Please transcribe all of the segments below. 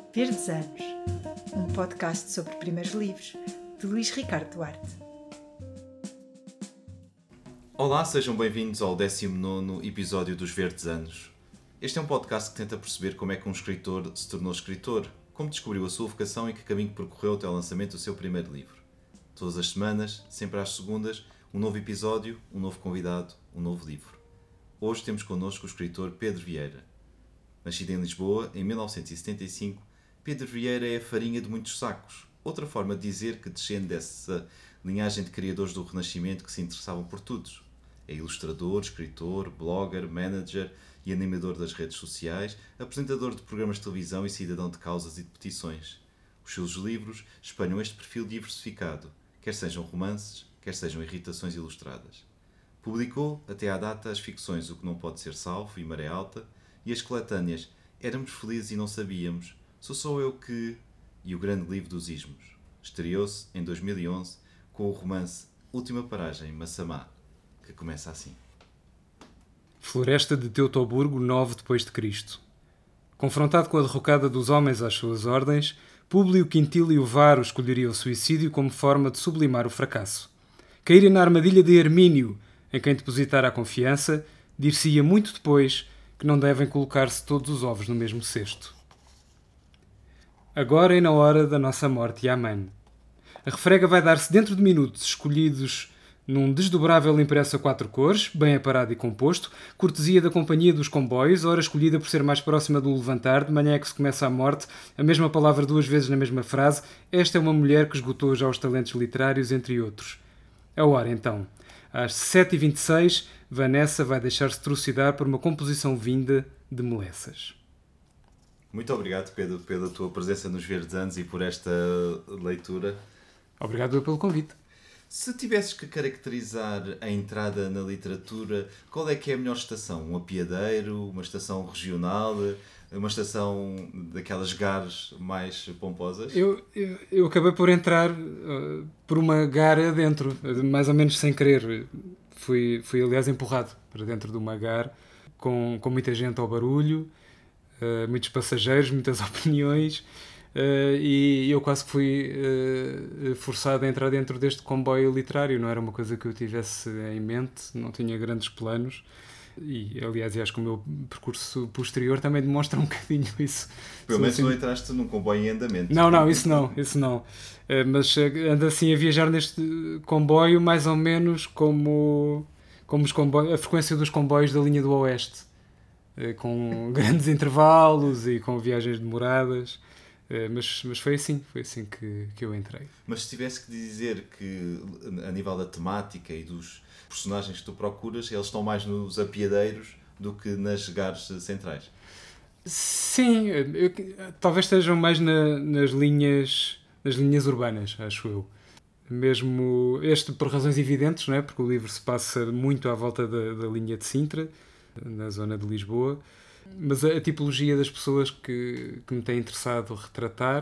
Verdes Anos, um podcast sobre primeiros livros, de Luís Ricardo Duarte. Olá, sejam bem-vindos ao 19º episódio dos Verdes Anos. Este é um podcast que tenta perceber como é que um escritor se tornou escritor, como descobriu a sua vocação e que caminho percorreu até ao lançamento do seu primeiro livro. Todas as semanas, sempre às segundas, um novo episódio, um novo convidado, um novo livro. Hoje temos connosco o escritor Pedro Vieira. Nascido em Lisboa, em 1975, Pedro Vieira é a farinha de muitos sacos. Outra forma de dizer que descende dessa linhagem de criadores do Renascimento que se interessavam por tudo. É ilustrador, escritor, blogger, manager e animador das redes sociais, apresentador de programas de televisão e cidadão de causas e de petições. Os seus livros espelham este perfil diversificado, quer sejam romances, quer sejam irritações ilustradas. Publicou, até à data, as ficções O que não pode ser salvo e Maré Alta e as coletâneas Éramos felizes e não sabíamos, Sou só eu que... e o grande livro dos ismos. Estreou-se em 2011 com o romance Última Paragem, Massamá, que começa assim. Floresta de Teutoburgo, 9 d.C. Confrontado com a derrocada dos homens às suas ordens, Públio Quintílio Varo escolheria o suicídio como forma de sublimar o fracasso. Caíra na armadilha de Hermínio, em quem depositara a confiança, dir-se-ia muito depois que não devem colocar-se todos os ovos no mesmo cesto. Agora e na hora da nossa morte e amém. A refrega vai dar-se dentro de minutos, escolhidos num desdobrável impresso a 4 cores, bem aparado e composto, cortesia da companhia dos comboios, ora escolhida por ser mais próxima do levantar, de manhã é que se começa a morte, a mesma palavra 2 vezes na mesma frase. Esta é uma mulher que esgotou já os talentos literários, entre outros. A hora, então. Às 7h26, Vanessa vai deixar-se trucidar por uma composição vinda de moleças. Muito obrigado, Pedro, pela tua presença nos Verdes Anos e por esta leitura. Obrigado pelo convite. Se tivesses que caracterizar a entrada na literatura, qual é que é a melhor estação? Um apiadeiro, uma estação regional, uma estação daquelas gares mais pomposas? Eu acabei por entrar por uma gara dentro, mais ou menos sem querer. Fui aliás empurrado para dentro de uma gar com muita gente ao barulho, muitos passageiros, muitas opiniões, e eu quase que fui forçado a entrar dentro deste comboio literário. Não era uma coisa que eu tivesse em mente, não tinha grandes planos, e aliás acho que o meu percurso posterior também demonstra um bocadinho isso. Pelo menos não entraste num comboio em andamento. Não, isso não. Mas ando assim a viajar neste comboio mais ou menos como os comboios, a frequência dos comboios da linha do Oeste, com grandes intervalos e com viagens demoradas. Mas foi assim que eu entrei. Mas se tivesse que dizer que, a nível da temática e dos personagens que tu procuras, eles estão mais nos apiadeiros do que nas gares centrais? Sim, talvez estejam mais nas linhas urbanas, acho eu. Mesmo este por razões evidentes, não é? Porque o livro se passa muito à volta da linha de Sintra, na zona de Lisboa. Mas a tipologia das pessoas que me têm interessado retratar,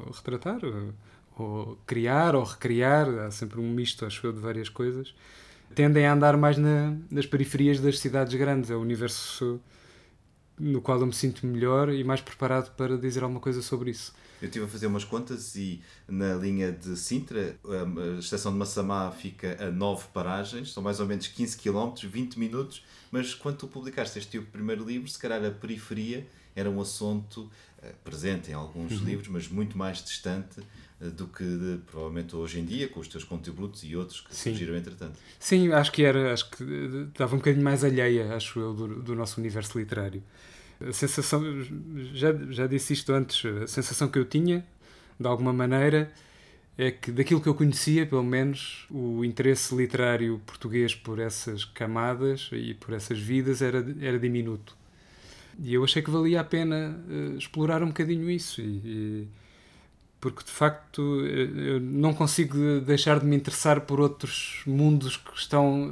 ou criar, ou recriar, há sempre um misto, acho eu, de várias coisas, tendem a andar mais nas periferias das cidades grandes. É o universo no qual eu me sinto melhor e mais preparado para dizer alguma coisa sobre isso. Eu estive a fazer umas contas e na linha de Sintra, a estação de Massamá fica a 9 paragens, são mais ou menos 15 km, 20 minutos, mas quando tu publicaste este teu primeiro livro, se calhar a periferia era um assunto presente em alguns livros, mas muito mais distante do que provavelmente hoje em dia, com os teus contributos e outros que surgiram entretanto. Sim, acho que estava um bocadinho mais alheia, acho eu, do nosso universo literário. A sensação, já disse isto antes, a sensação que eu tinha, de alguma maneira, é que daquilo que eu conhecia, pelo menos, o interesse literário português por essas camadas e por essas vidas era diminuto. E eu achei que valia a pena explorar um bocadinho isso, porque de facto eu não consigo deixar de me interessar por outros mundos que estão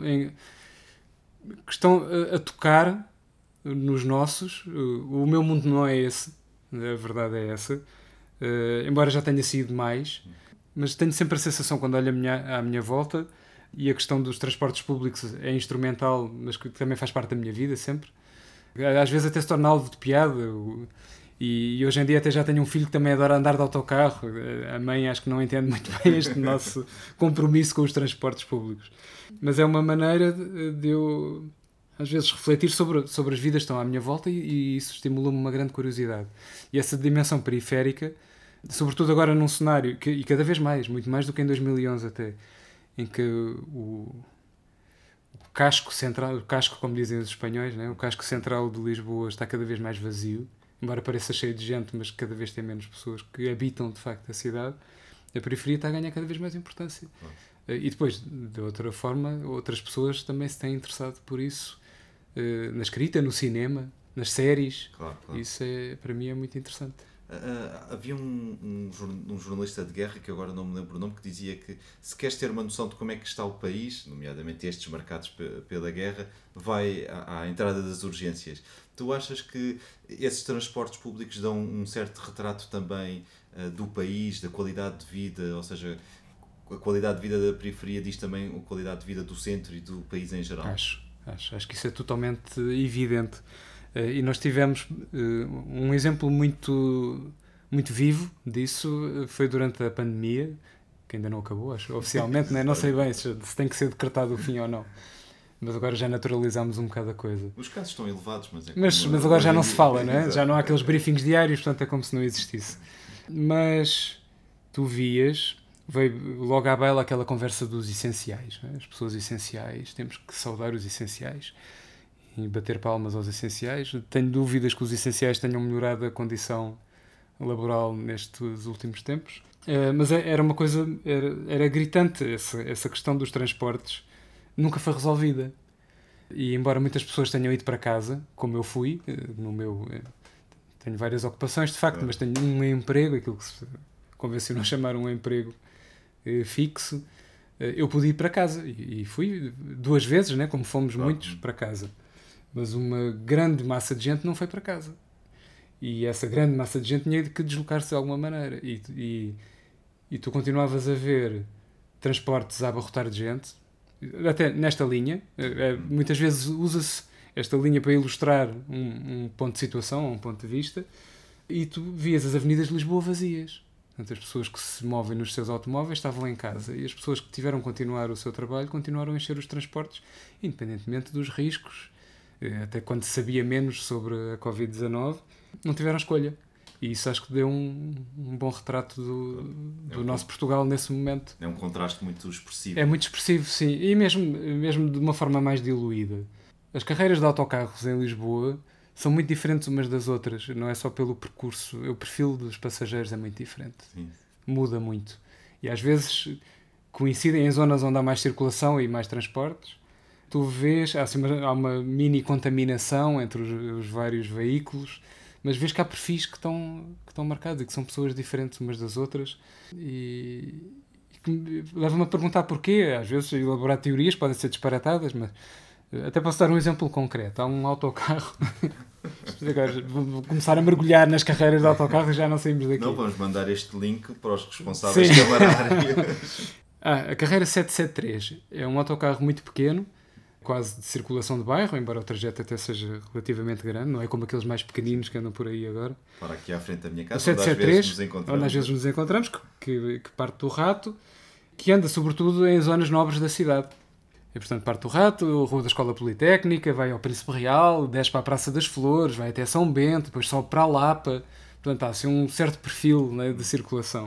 a tocar nos nossos. O meu mundo não é esse, a verdade é essa, embora já tenha sido mais, mas tenho sempre a sensação, quando olho à minha volta, e a questão dos transportes públicos é instrumental, mas que também faz parte da minha vida sempre, às vezes até se torna alvo de piada, E hoje em dia até já tenho um filho que também adora andar de autocarro. A mãe acho que não entende muito bem este nosso compromisso com os transportes públicos. Mas é uma maneira de eu, às vezes, refletir sobre as vidas que estão à minha volta e isso estimula-me uma grande curiosidade. E essa dimensão periférica, sobretudo agora num cenário, e cada vez mais, muito mais do que em 2011 até, em que o casco central, o casco, como dizem os espanhóis, né? O casco central de Lisboa está cada vez mais vazio, embora pareça cheio de gente, mas cada vez tem menos pessoas que habitam de facto a cidade. A periferia está a ganhar cada vez mais importância. E depois, de outra forma, outras pessoas também se têm interessado por isso, na escrita, no cinema, nas séries. Claro. Isso para mim é muito interessante. Havia um jornalista de guerra, que agora não me lembro o nome, que dizia que se queres ter uma noção de como é que está o país, nomeadamente estes marcados pela guerra, vai à entrada das urgências. Tu achas que esses transportes públicos dão um certo retrato também do país, da qualidade de vida, ou seja, a qualidade de vida da periferia diz também a qualidade de vida do centro e do país em geral? Acho que isso é totalmente evidente. E nós tivemos um exemplo muito, muito vivo disso, foi durante a pandemia, que ainda não acabou, acho, oficialmente, né? Não sei bem se tem que ser decretado o fim ou não, mas agora já naturalizámos um bocado a coisa. Os casos estão elevados, mas agora já não se fala, né? Já não há aqueles briefings diários, portanto é como se não existisse. Mas tu vias, veio logo à baila aquela conversa dos essenciais, né? As pessoas essenciais, temos que saudar os essenciais e bater palmas aos essenciais. Tenho dúvidas que os essenciais tenham melhorado a condição laboral nestes últimos tempos. Mas era uma coisa, era gritante essa questão dos transportes, nunca foi resolvida. E embora muitas pessoas tenham ido para casa, como eu fui, tenho várias ocupações de facto, mas tenho um emprego, aquilo que se convencionou chamar um emprego fixo, eu pude ir para casa e fui 2 vezes, né, como fomos muitos para casa. Mas uma grande massa de gente não foi para casa. E essa grande massa de gente tinha que deslocar-se de alguma maneira. E tu continuavas a ver transportes a abarrotar de gente, até nesta linha. Muitas vezes usa-se esta linha para ilustrar um ponto de situação, um ponto de vista, e tu vias as avenidas de Lisboa vazias. Portanto, as pessoas que se movem nos seus automóveis estavam em casa, e as pessoas que tiveram que continuar o seu trabalho continuaram a encher os transportes, independentemente dos riscos. Até quando se sabia menos sobre a Covid-19, não tiveram escolha. E isso acho que deu um bom retrato do nosso Portugal nesse momento. É um contraste muito expressivo. É muito expressivo, sim. E mesmo de uma forma mais diluída. As carreiras de autocarros em Lisboa são muito diferentes umas das outras. Não é só pelo percurso. O perfil dos passageiros é muito diferente. Sim. Muda muito. E às vezes coincidem em zonas onde há mais circulação e mais transportes. Tu vês, há uma mini contaminação entre os vários veículos, mas vês que há perfis que estão marcados e que são pessoas diferentes umas das outras e leva-me a perguntar porquê. Às vezes elaborar teorias podem ser disparatadas, mas até posso dar um exemplo concreto. Há um autocarro agora vou começar a mergulhar nas carreiras de autocarro e já não saímos daqui. Não, vamos mandar este link para os responsáveis camarários. A carreira 773 é um autocarro muito pequeno, quase de circulação de bairro, embora o trajeto até seja relativamente grande, não é como aqueles mais pequeninos que andam por aí agora. Para aqui à frente da minha casa, onde às vezes nos encontramos, que parte do Rato, que anda sobretudo em zonas nobres da cidade. E, portanto, parte do Rato, a Rua da Escola Politécnica, vai ao Príncipe Real, desce para a Praça das Flores, vai até São Bento, depois sobe para a Lapa. Portanto, há assim um certo perfil, né, de circulação.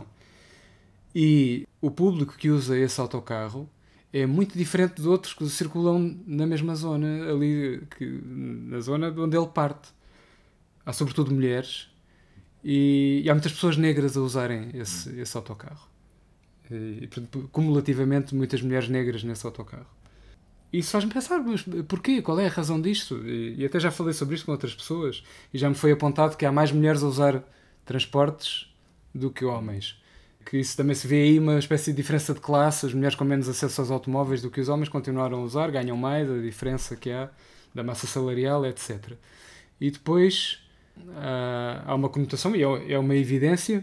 E o público que usa esse autocarro é muito diferente de outros que circulam na mesma zona, ali, na zona onde ele parte. Há sobretudo mulheres e há muitas pessoas negras a usarem esse autocarro. E, cumulativamente, muitas mulheres negras nesse autocarro. Isso faz-me pensar, mas porquê? Qual é a razão disto? E até já falei sobre isto com outras pessoas e já me foi apontado que há mais mulheres a usar transportes do que homens. Que isso também se vê aí uma espécie de diferença de classe, as mulheres com menos acesso aos automóveis do que os homens continuaram a usar, ganham mais, a diferença que há da massa salarial, etc. E depois há uma conotação, e é uma evidência,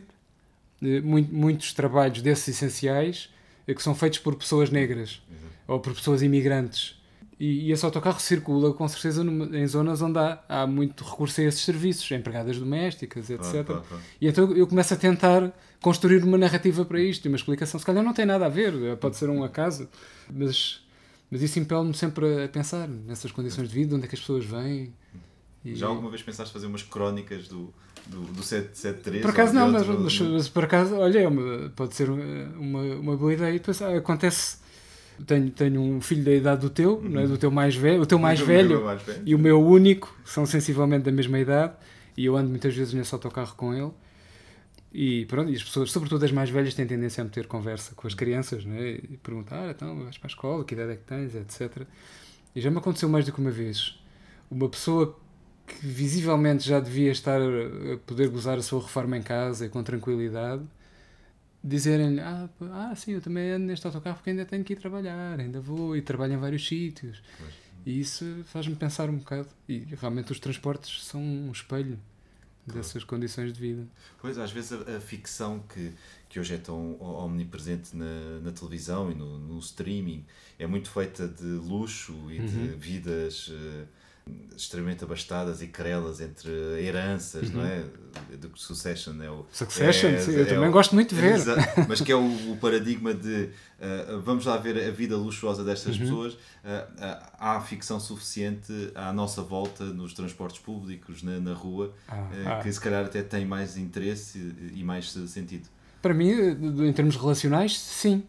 muitos trabalhos desses essenciais que são feitos por pessoas negras ou por pessoas imigrantes. E esse autocarro circula com certeza em zonas onde há muito recurso a esses serviços, empregadas domésticas, etc. Claro. E então eu começo a tentar construir uma narrativa para isto, uma explicação. Se calhar não tem nada a ver, pode ser um acaso, mas isso impele-me sempre a pensar nessas condições de vida, onde é que as pessoas vêm. Já alguma vez pensaste fazer umas crónicas do 773? Por acaso não, mas por acaso, olha, pode ser uma boa ideia. E depois acontece. Tenho um filho da idade do teu, não é? Do teu mais velho, o teu mais velho e o meu único, são sensivelmente da mesma idade, e eu ando muitas vezes nesse autocarro com ele. E pronto, e as pessoas, sobretudo as mais velhas, têm tendência a meter conversa com as crianças, não é? E perguntar, então, vais para a escola, que idade é que tens, etc. E já me aconteceu mais do que uma vez. Uma pessoa que visivelmente já devia estar a poder gozar a sua reforma em casa e com tranquilidade, dizerem-lhe, sim, eu também ando neste autocarro porque ainda tenho que ir trabalhar, ainda vou e trabalho em vários sítios. E isso faz-me pensar um bocado. E realmente os transportes são um espelho dessas condições de vida. Pois, às vezes a ficção que hoje é tão omnipresente na televisão e no streaming é muito feita de luxo e de vidas extremamente abastadas e querelas entre heranças, não é? Do Succession é o... Succession, sim, eu também gosto muito de ver. Mas que é o paradigma de vamos lá ver a vida luxuosa destas pessoas. Há ficção suficiente à nossa volta nos transportes públicos, na rua, que se calhar até tem mais interesse e mais sentido. Para mim, em termos relacionais, sim.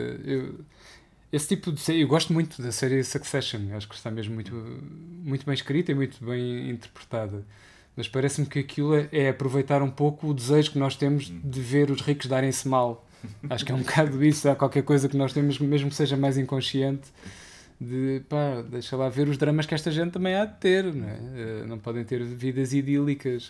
Esse tipo de série, eu gosto muito da série Succession, acho que está mesmo muito bem escrita e muito bem interpretada, mas parece-me que aquilo é aproveitar um pouco o desejo que nós temos de ver os ricos darem-se mal. Acho que é um bocado isso, há qualquer coisa que nós temos, mesmo que seja mais inconsciente, de deixa lá ver os dramas que esta gente também há de ter, não é? Não podem ter vidas idílicas,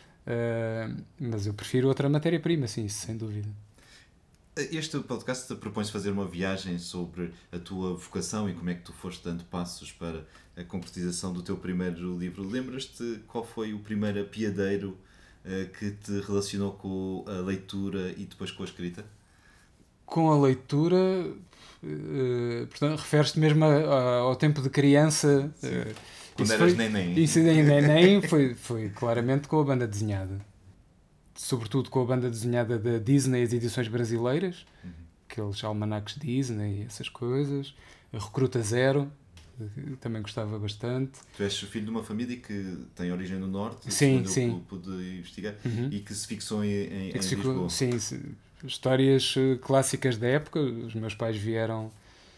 mas eu prefiro outra matéria-prima, sim, isso sem dúvida. Este podcast propõe-se fazer uma viagem sobre a tua vocação e como é que tu foste dando passos para a concretização do teu primeiro livro. Lembras-te qual foi o primeiro apiadeiro que te relacionou com a leitura e depois com a escrita? Com a leitura, portanto, referes-te mesmo ao tempo de criança. Quando eras neném. Isso em neném foi claramente com a banda desenhada. Sobretudo com a banda desenhada da Disney, as edições brasileiras, aqueles almanacs Disney, essas coisas. A Recruta Zero, também gostava bastante. Tu és filho de uma família que tem origem no Norte, sim. Eu pude investigar, e que se fixou em Lisboa. Sim, histórias clássicas da época. Os meus pais vieram,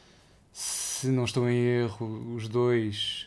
se não estou em erro, os dois,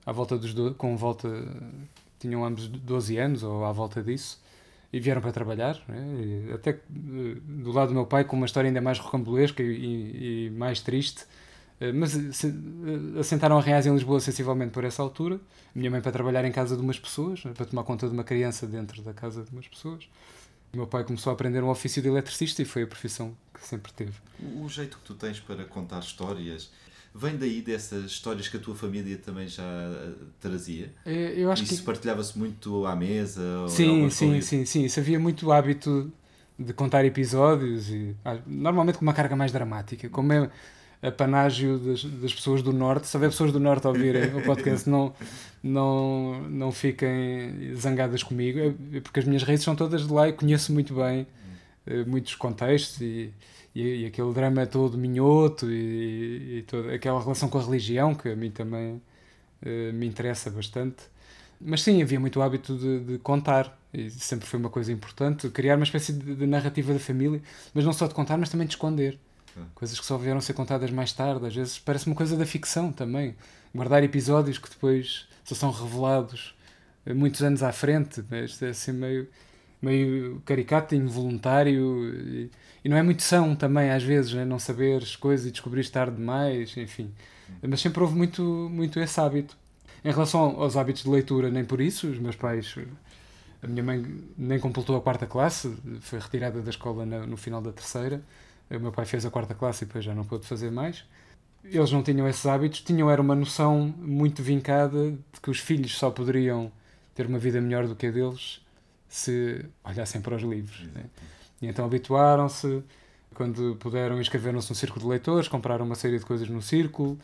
tinham ambos 12 anos, ou à volta disso. E vieram para trabalhar, né? Até do lado do meu pai com uma história ainda mais rocambolesca e mais triste, mas assentaram a Reais em Lisboa sensivelmente por essa altura. A minha mãe para trabalhar em casa de umas pessoas, para tomar conta de uma criança dentro da casa de umas pessoas. O meu pai começou a aprender um ofício de eletricista e foi a profissão que sempre teve. O jeito que tu tens para contar histórias vem daí dessas histórias que a tua família também já trazia? Eu acho Isso partilhava-se muito à mesa? Sim. Isso havia muito hábito de contar episódios, normalmente com uma carga mais dramática. Como é apanágio das pessoas do Norte, se houver pessoas do Norte a ouvirem o podcast, não fiquem zangadas comigo, porque as minhas raízes são todas de lá e conheço muito bem muitos contextos e aquele drama todo minhoto e toda aquela relação com a religião que a mim também me interessa bastante. Mas sim, havia muito hábito de contar e sempre foi uma coisa importante, criar uma espécie de narrativa da família, mas não só de contar, mas também de esconder. Coisas que só vieram a ser contadas mais tarde, às vezes parece uma coisa da ficção também, guardar episódios que depois só são revelados muitos anos à frente. Isto é assim meio caricato, involuntário e não é muito são também às vezes, né? Não saber as coisas e descobrir tarde demais, enfim. Mas sempre houve muito esse hábito. Em relação aos hábitos de leitura, nem por isso. Os meus pais, a minha mãe nem completou a 4ª classe, foi retirada da escola no final da 3ª. O meu pai fez a 4ª classe e depois já não pôde fazer mais. Eles não tinham esses hábitos, era uma noção muito vincada de que os filhos só poderiam ter uma vida melhor do que a deles se olhassem para os livros. Né? E então habituaram-se, quando puderam, inscreveram-se no círculo de leitores, compraram uma série de coisas no círculo,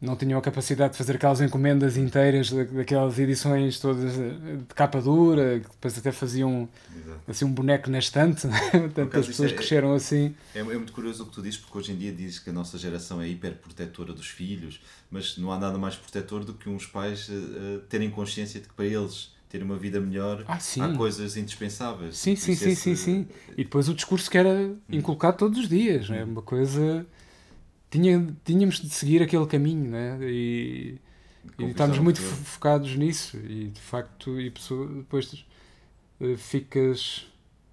não tinham a capacidade de fazer aquelas encomendas inteiras daquelas edições todas de capa dura, que depois até faziam assim um boneco na estante. Portanto, as pessoas cresceram assim. É muito curioso o que tu dizes, porque hoje em dia dizes que a nossa geração é hiperprotetora dos filhos, mas não há nada mais protetor do que uns pais terem consciência de que para eles terem uma vida melhor há coisas indispensáveis. Sim. E depois o discurso que era inculcado todos os dias, não é? Uma coisa... Tínhamos de seguir aquele caminho, né? E estávamos muito focados nisso, e de facto depois ficas,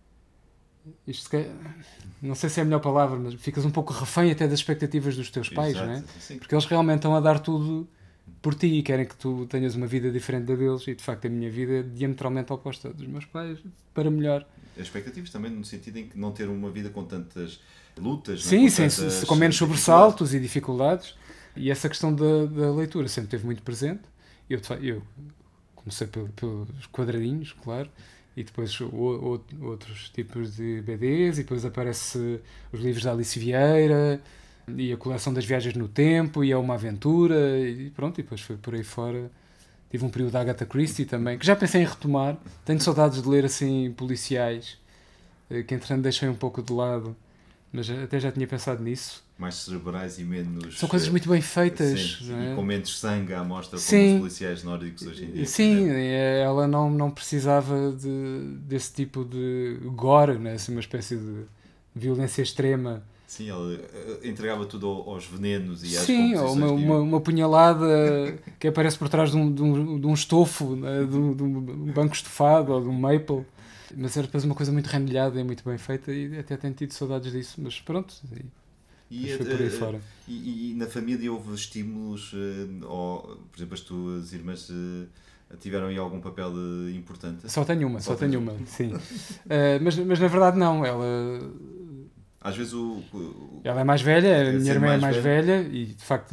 não sei se é a melhor palavra, mas ficas um pouco refém até das expectativas dos teus pais. Exato, né? Porque eles realmente estão a dar tudo por ti e querem que tu tenhas uma vida diferente da deles, e de facto a minha vida é diametralmente oposta dos meus pais, para melhor. As expectativas também no sentido em que não ter uma vida com tantas lutas, sim, com menos sobressaltos e dificuldades, e essa questão da leitura sempre esteve muito presente. Eu comecei pelos quadradinhos, claro, e depois outros tipos de BDs, e depois aparece os livros da Alice Vieira e a coleção das viagens no tempo, e é uma aventura, e pronto, e depois foi por aí fora. Tive um período da Agatha Christie também, que já pensei em retomar. Tenho saudades de ler assim policiais, que entretanto deixei um pouco de lado, mas até já tinha pensado nisso. Mais cerebrais e menos... São coisas muito bem feitas. E com menos sangue à mostra, como os policiais nórdicos hoje em dia. Sim, ela não precisava desse tipo de gore, né? Assim, uma espécie de violência extrema. Sim, ela entregava tudo aos venenos e às sim, uma punhalada que aparece por trás de um estofo, né? de um banco estofado ou de um maple. Mas era depois uma coisa muito rendilhada e muito bem feita, e até tenho tido saudades disso, mas pronto, foi por aí fora. E na família houve estímulos, ou, por exemplo, as tuas irmãs tiveram aí algum papel importante? Só tenho uma, sim. Mas na verdade não, ela... Às vezes ela é mais velha, a minha irmã é mais velha, e de facto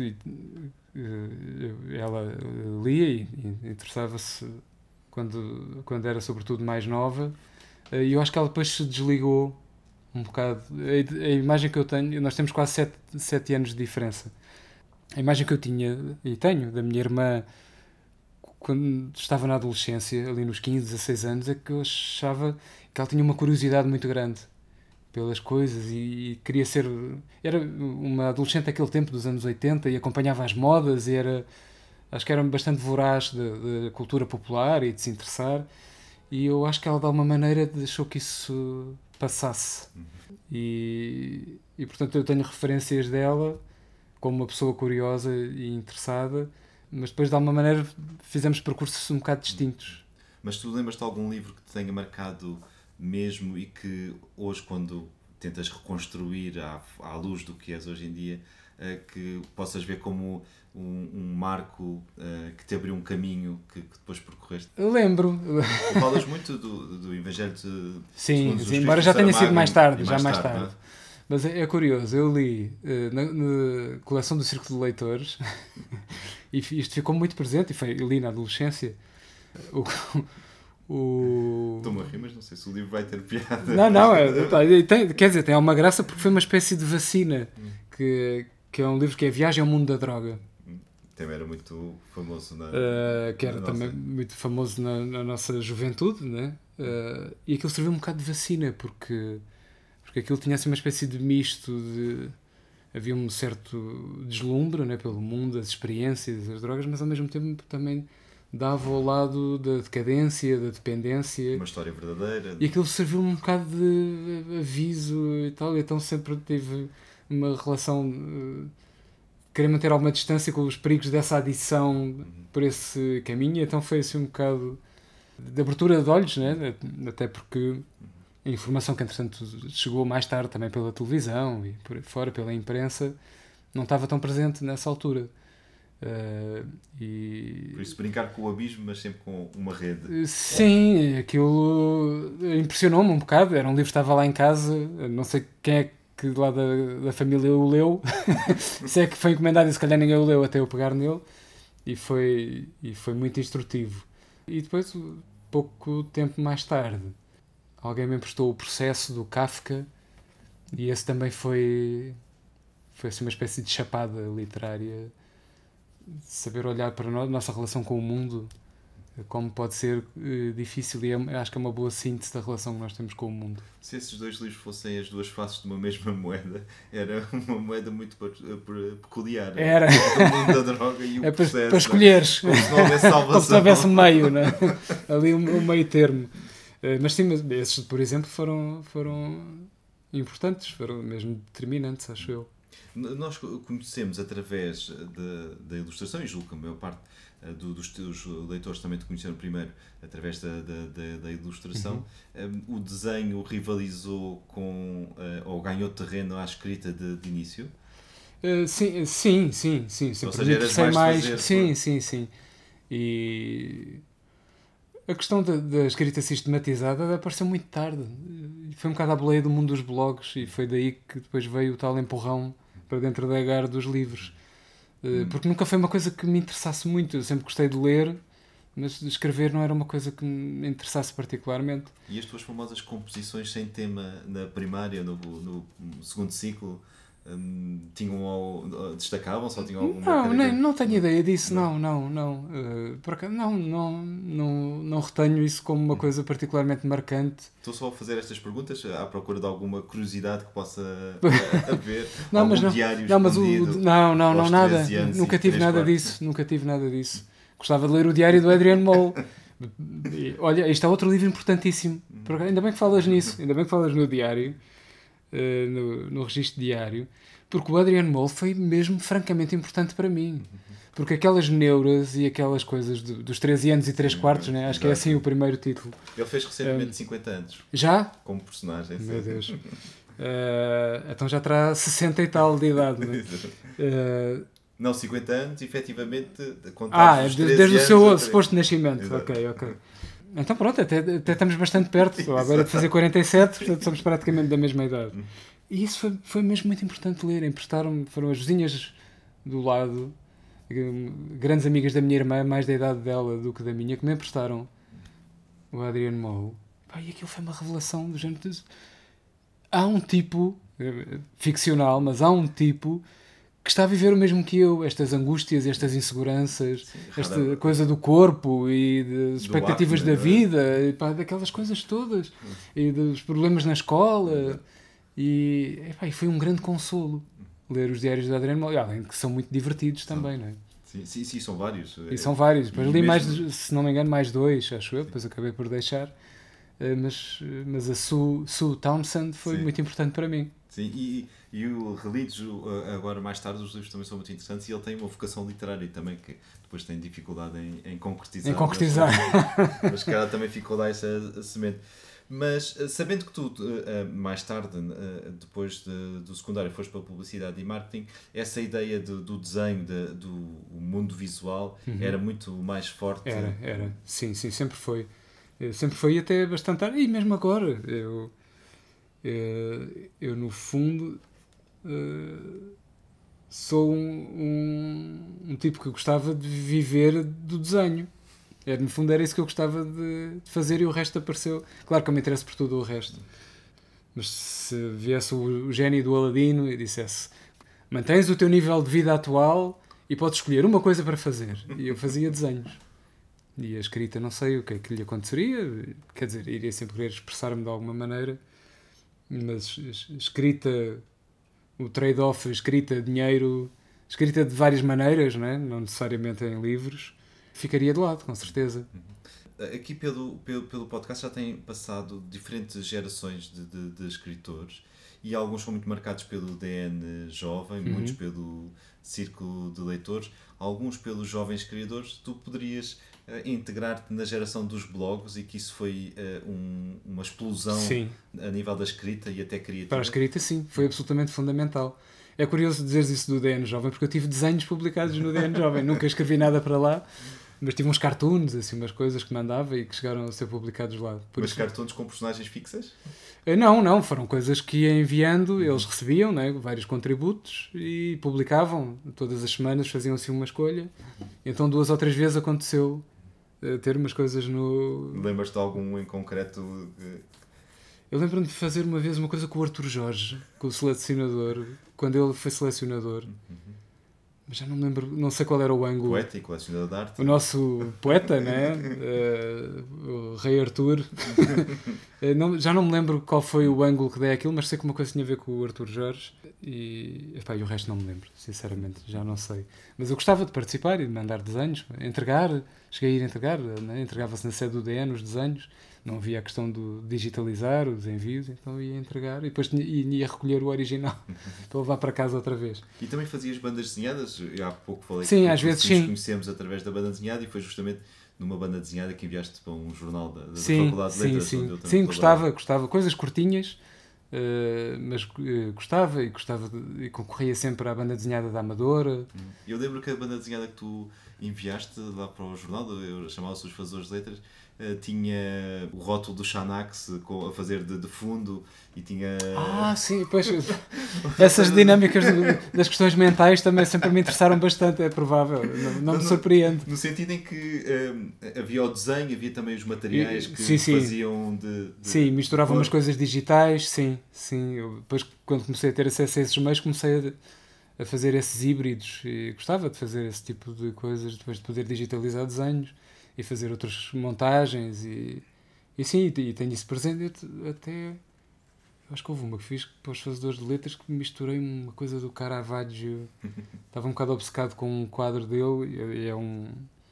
ela lia e interessava-se quando era sobretudo mais nova, e eu acho que ela depois se desligou um bocado. A imagem que eu tenho, nós temos quase 7 anos de diferença. A imagem que eu tinha e tenho da minha irmã quando estava na adolescência, ali nos 15, 16 anos, é que eu achava que ela tinha uma curiosidade muito grande pelas coisas e queria ser... Era uma adolescente daquele tempo, dos anos 80, e acompanhava as modas, e acho que era bastante voraz da cultura popular e de se interessar, e eu acho que ela de alguma maneira deixou que isso passasse. E portanto eu tenho referências dela como uma pessoa curiosa e interessada, mas depois de alguma maneira fizemos percursos um bocado distintos. Mas tu lembras-te de algum livro que te tenha marcado mesmo e que hoje, quando tentas reconstruir à luz do que és hoje em dia, que possas ver como um marco que te abriu um caminho que depois percorreste? Eu lembro. Tu falas muito do Evangelho de... Sim, embora já tenha sido mais tarde. Não? Mas é curioso, eu li na coleção do Círculo de Leitores e isto ficou muito presente, eu li na adolescência. Estou-me a rir, mas não sei se o livro vai ter piada. Não, quer dizer, tem alguma graça porque foi uma espécie de vacina, que é um livro que é Viagem ao Mundo da Droga. Também era muito famoso que era também muito famoso na nossa juventude, né? E aquilo serviu um bocado de vacina, porque aquilo tinha assim uma espécie de misto de... Havia um certo deslumbre, né, pelo mundo, das experiências, das drogas, mas ao mesmo tempo também dava ao lado da decadência, da dependência. Uma história verdadeira. E aquilo serviu um bocado de aviso e tal, e então sempre tive uma relação... querer manter alguma distância com os perigos dessa adição por esse caminho, então foi assim um bocado de abertura de olhos, né? Até porque a informação que entretanto chegou mais tarde também pela televisão e por aí fora, pela imprensa, não estava tão presente nessa altura. Por isso brincar com o abismo, mas sempre com uma rede. Sim, aquilo impressionou-me um bocado. Era um livro que estava lá em casa, não sei quem é que lá da família o leu, se é que foi encomendado e se calhar ninguém o leu até eu pegar nele, e foi muito instrutivo. E depois, pouco tempo mais tarde, alguém me emprestou o Processo do Kafka, e esse também foi assim uma espécie de chapada literária saber olhar para a nossa relação com o mundo, como pode ser difícil, e acho que é uma boa síntese da relação que nós temos com o mundo. Se esses dois livros fossem as duas faces de uma mesma moeda, era uma moeda muito peculiar. Era. O mundo da droga e o processo. Para escolheres. Como se não houvesse salvação. Como se não houvesse meio, né? Ali um meio termo. Mas sim, esses, por exemplo, foram importantes, foram mesmo determinantes, acho eu. Nós conhecemos através da ilustração, e julgo que a maior parte dos teus leitores também te conheceram primeiro através da ilustração. O desenho rivalizou com, ou ganhou terreno à escrita de início? Sim. Ou seja, eras mais fazer... Sim. E a questão da escrita sistematizada apareceu muito tarde. Foi um bocado à boleia do mundo dos blogs, e foi daí que depois veio o tal empurrão para dentro da agar dos livros. Porque nunca foi uma coisa que me interessasse muito. Eu sempre gostei de ler, mas de escrever não era uma coisa que me interessasse particularmente. E as tuas famosas composições sem tema na primária, no segundo ciclo, destacavam? Só tinham alguma não tenho ideia disso. Não. Por acaso, não retenho isso como uma coisa particularmente marcante. Estou só a fazer estas perguntas à procura de alguma curiosidade que possa haver. Diário escondido. Não, nada. Nunca tive nada disso. Gostava de ler o diário do Adrian Mole. Olha, este é outro livro importantíssimo. Ainda bem que falas nisso. Ainda bem que falas no diário. No registro diário, porque o Adrian Mole foi mesmo francamente importante para mim, porque aquelas neuras e aquelas coisas dos 13 anos e 3 quartos, né? Acho que é assim o primeiro título. Ele fez recentemente 50 anos. Já? Como personagem. Meu Deus. Então já terá 60 e tal de idade, né? Não, 50 anos, efetivamente, contados os 13 desde anos, o seu suposto nascimento. Exato. Ok. Então pronto, até estamos bastante perto. Estou à beira de fazer 47, portanto somos praticamente da mesma idade. E isso foi mesmo muito importante ler. Foram as vizinhas do lado, grandes amigas da minha irmã, mais da idade dela do que da minha, que me emprestaram o Adrian Mole. E aquilo foi uma revelação do género. Há um tipo, ficcional, mas há um tipo que está a viver o mesmo que eu, estas angústias, estas inseguranças, esta coisa do corpo e das expectativas da vida, e daquelas coisas todas, e dos problemas na escola, e foi um grande consolo ler os diários de Adrian Mole, além de que são muito divertidos também, não é? Sim, são vários. E são vários, depois li mais, se não me engano, mais 2, acho eu, depois acabei por deixar, mas a Sue Townsend foi muito importante para mim. Sim, e o relidos agora mais tarde, os livros também são muito interessantes, e ele tem uma vocação literária também, que depois tem dificuldade em concretizar. Mas que ela também ficou lá essa semente. Mas sabendo que tu, mais tarde, depois do secundário, foste para a publicidade e marketing, essa ideia do desenho, do mundo visual, era muito mais forte? Era. Sim, sempre foi. Sempre foi até bastante tarde, e mesmo agora. Eu no fundo sou um tipo que gostava de viver do desenho. No fundo era isso que eu gostava de fazer, e o resto apareceu. Claro que eu me interesso por tudo o resto, mas se viesse o gênio do Aladino e dissesse: mantens o teu nível de vida atual e podes escolher uma coisa para fazer, e eu fazia desenhos. E a escrita, não sei o que é que lhe aconteceria, quer dizer, iria sempre querer expressar-me de alguma maneira, mas escrita, o trade-off, escrita, dinheiro, escrita de várias maneiras, não necessariamente em livros, ficaria de lado, com certeza. Aqui pelo podcast já têm passado diferentes gerações de escritores, e alguns são muito marcados pelo DN jovem, muitos pelo círculo de leitores, alguns pelos jovens criadores. Tu poderias integrar-te na geração dos blogs, e que isso foi uma explosão a nível da escrita e até criativa? Para a escrita, sim, foi absolutamente fundamental. É curioso dizeres isso do DN Jovem, porque eu tive desenhos publicados no DN Jovem, nunca escrevi nada para lá, mas tive uns cartoons, assim, umas coisas que mandava e que chegaram a ser publicados lá. Mas cartoons com personagens fixas? Não, foram coisas que ia enviando, eles recebiam, vários contributos, e publicavam, todas as semanas faziam assim uma escolha, então 2 ou 3 vezes aconteceu ter umas coisas no... Lembras-te de algum em concreto? Eu lembro-me de fazer uma vez uma coisa com o Arthur Jorge, com o selecionador, quando ele foi selecionador. Mas já não me lembro, não sei qual era o ângulo. Poeta e colecionador de arte. O nosso poeta, né? O Rei Arthur. Já não me lembro qual foi o ângulo que dei àquilo, mas sei que uma coisa tinha a ver com o Arthur Jorge e o resto não me lembro, sinceramente, já não sei. Mas eu gostava de participar e de mandar desenhos, entregar, cheguei a ir entregar, né? Entregava-se na sede do DN os desenhos, não havia a questão de digitalizar os envios, então ia entregar e depois ia recolher o original para levar para casa outra vez. E também fazias bandas desenhadas? Eu há pouco falei sim, que às vezes, nos conhecemos através da banda desenhada e foi justamente numa banda desenhada que enviaste para um jornal da Faculdade de Letras. Sim, onde eu sim, gostava. Coisas curtinhas, mas gostava e concorria sempre à banda desenhada da Amadora. Eu lembro que a banda desenhada que tu enviaste lá para o jornal, eu chamava-se Os Fazedores de Letras, tinha o rótulo do Xanax a fazer de fundo e tinha... Sim, pois essas dinâmicas das questões mentais também sempre me interessaram bastante, é provável, não me surpreende. No sentido em que havia o desenho, havia também os materiais que sim. faziam de sim, misturava umas coisas digitais, sim. Eu, depois, quando comecei a ter acesso a esses meios, comecei a fazer esses híbridos e gostava de fazer esse tipo de coisas, depois de poder digitalizar desenhos e fazer outras montagens e sim, e tenho isso presente até... Acho que houve uma que fiz para os Fazedores de Letras que misturei uma coisa do Caravaggio. Estava um bocado obcecado com um quadro dele e é um